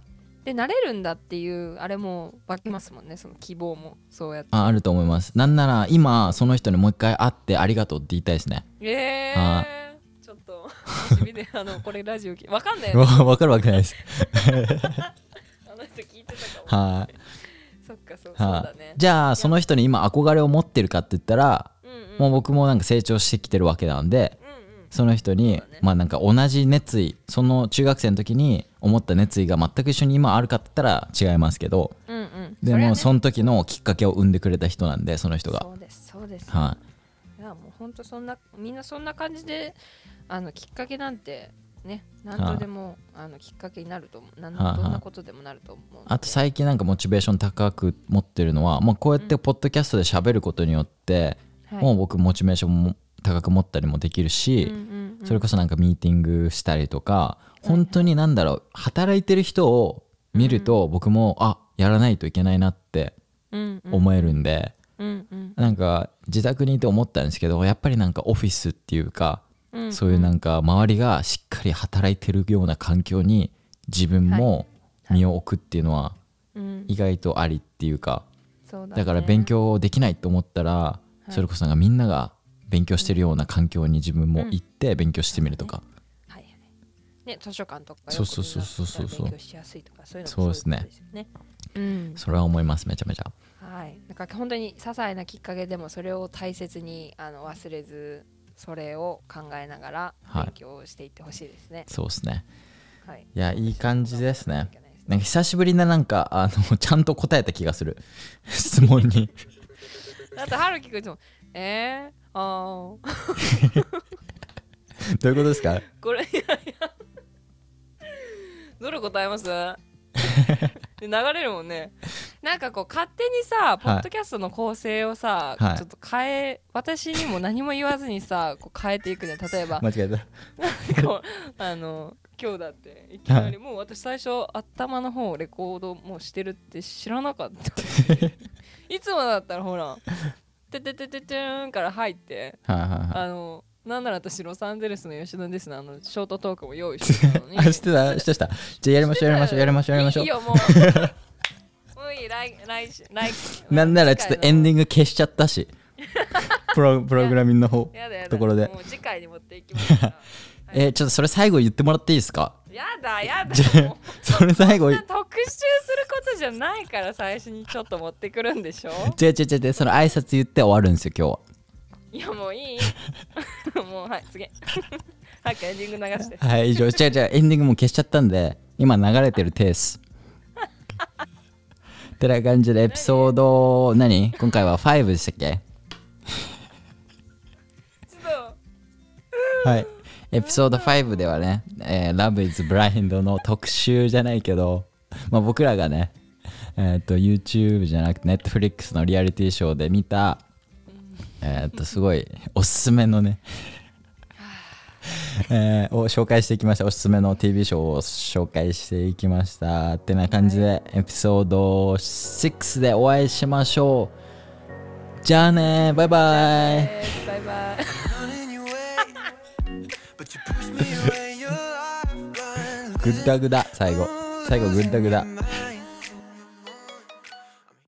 でなれるんだっていうあれも湧きますもんね、その希望も。そうやって
あ, あると思います。なんなら今その人にもう一回会ってありがとうって言いたいですね。
えー、ちょっと楽しみであのこれラジオわかんない
わかるわけないです
あの人聞いてたかも。はい、そっか そ, そうだね。
じゃあその人に今憧れを持ってるかって言ったら、うんうん、もう僕もなんか成長してきてるわけなんで、うんうん、 その人に、ね、まあなんか同じ熱意、その中学生の時に思った熱意が全く一緒に今あるかって言ったら違いますけど、うんうん、でも そ,、ね、その時のきっかけを生んでくれた人なんで、その人が。
そうですそうです、
はい、
いやもう本当そんなみんなそんな感じで、あのきっかけなんてね、何とでも、はあ、あのきっかけになると思う。何どんなことでもなると思う。
あと最近なんかモチベーション高く持ってるのは、まあ、こうやってポッドキャストで喋ることによって、うん、もう僕モチベーションも高く持ったりもできるし、うんうんうん、それこそなんかミーティングしたりとか、本当になんだろう、働いてる人を見ると僕も、うん、あ、やらないといけないなって思えるんで、うんうん、なんか自宅にいて思ったんですけど、やっぱりなんかオフィスっていうか、うんうん、そういうなんか周りがしっかり働いてるような環境に自分も身を置くっていうのは意外とありっていうか、はいはい、だ, だから勉強できないと思ったら、はい、それこそなんかみんなが勉強してるような環境に自分も行って勉強してみるとか、
うんはいはいね、図書館とか
そうそうそうそうそう
勉強しやすいとか、そういうのも
そうですね、うん、それは思いますめちゃめちゃ。
はい、なんか本当に些細なきっかけでもそれを大切にあの忘れず、それを考えながら勉強していってほしいですね、はい、
そうですね、はい、いやいい感じですね。なんか久しぶりななんかあのちゃんと答えた気がする質問に
あとはるきくんいつもえー、あー
どういうことですか
これ。いやいやどれ答えます流れるもんね。なんかこう勝手にさ、ポッドキャストの構成をさ、はい、ちょっと変え、私にも何も言わずにさこう変えていくね。例えば
間違えた
こうあの今日だっていきなり、はい、もう私最初頭の方レコードもうしてるって知らなかったいつもだったらほらてててててーんから入って、はいはいはい、あのなんなら私ロサンゼルスの吉野ですね、あのショートトークも用意してたのに
あ、してたしてた。じゃあやりましょうやりましょうやりましょうやりましょう。
いいよもうもういい、来来来
なんならちょっとエンディング消しちゃったしプロプログラミングの方
やだやだ、
ところで
もう次回に持っていきますから
えー、ちょっとそれ最後言ってもらっていいですか。
やだやだ
それ最後
特集することじゃないから最初にちょっと持ってくるんでしょ。
違う違う違う、その挨拶言って終わるんですよ今日は。
いやもういいもうはい次早くエンディング流して
はい以上。違う違う、エンディングも消しちゃったんで今流れてるテースってな感じでエピソード何今回はごでしたっけはい、エピソードごではね、えー、Love is Blind の特集じゃないけど、まあ、僕らがね、えー、と YouTube じゃなくて Netflix のリアリティショーで見た、えー、とすごいおすすめのねえー、を紹介していきました。おすすめの ティーブイ ショーを紹介していきましたってな感じで、はい、エピソードろくでお会いしましょう。じゃあね、バイバイ
バイバイ
グッダグダ、最後最後グッダグダ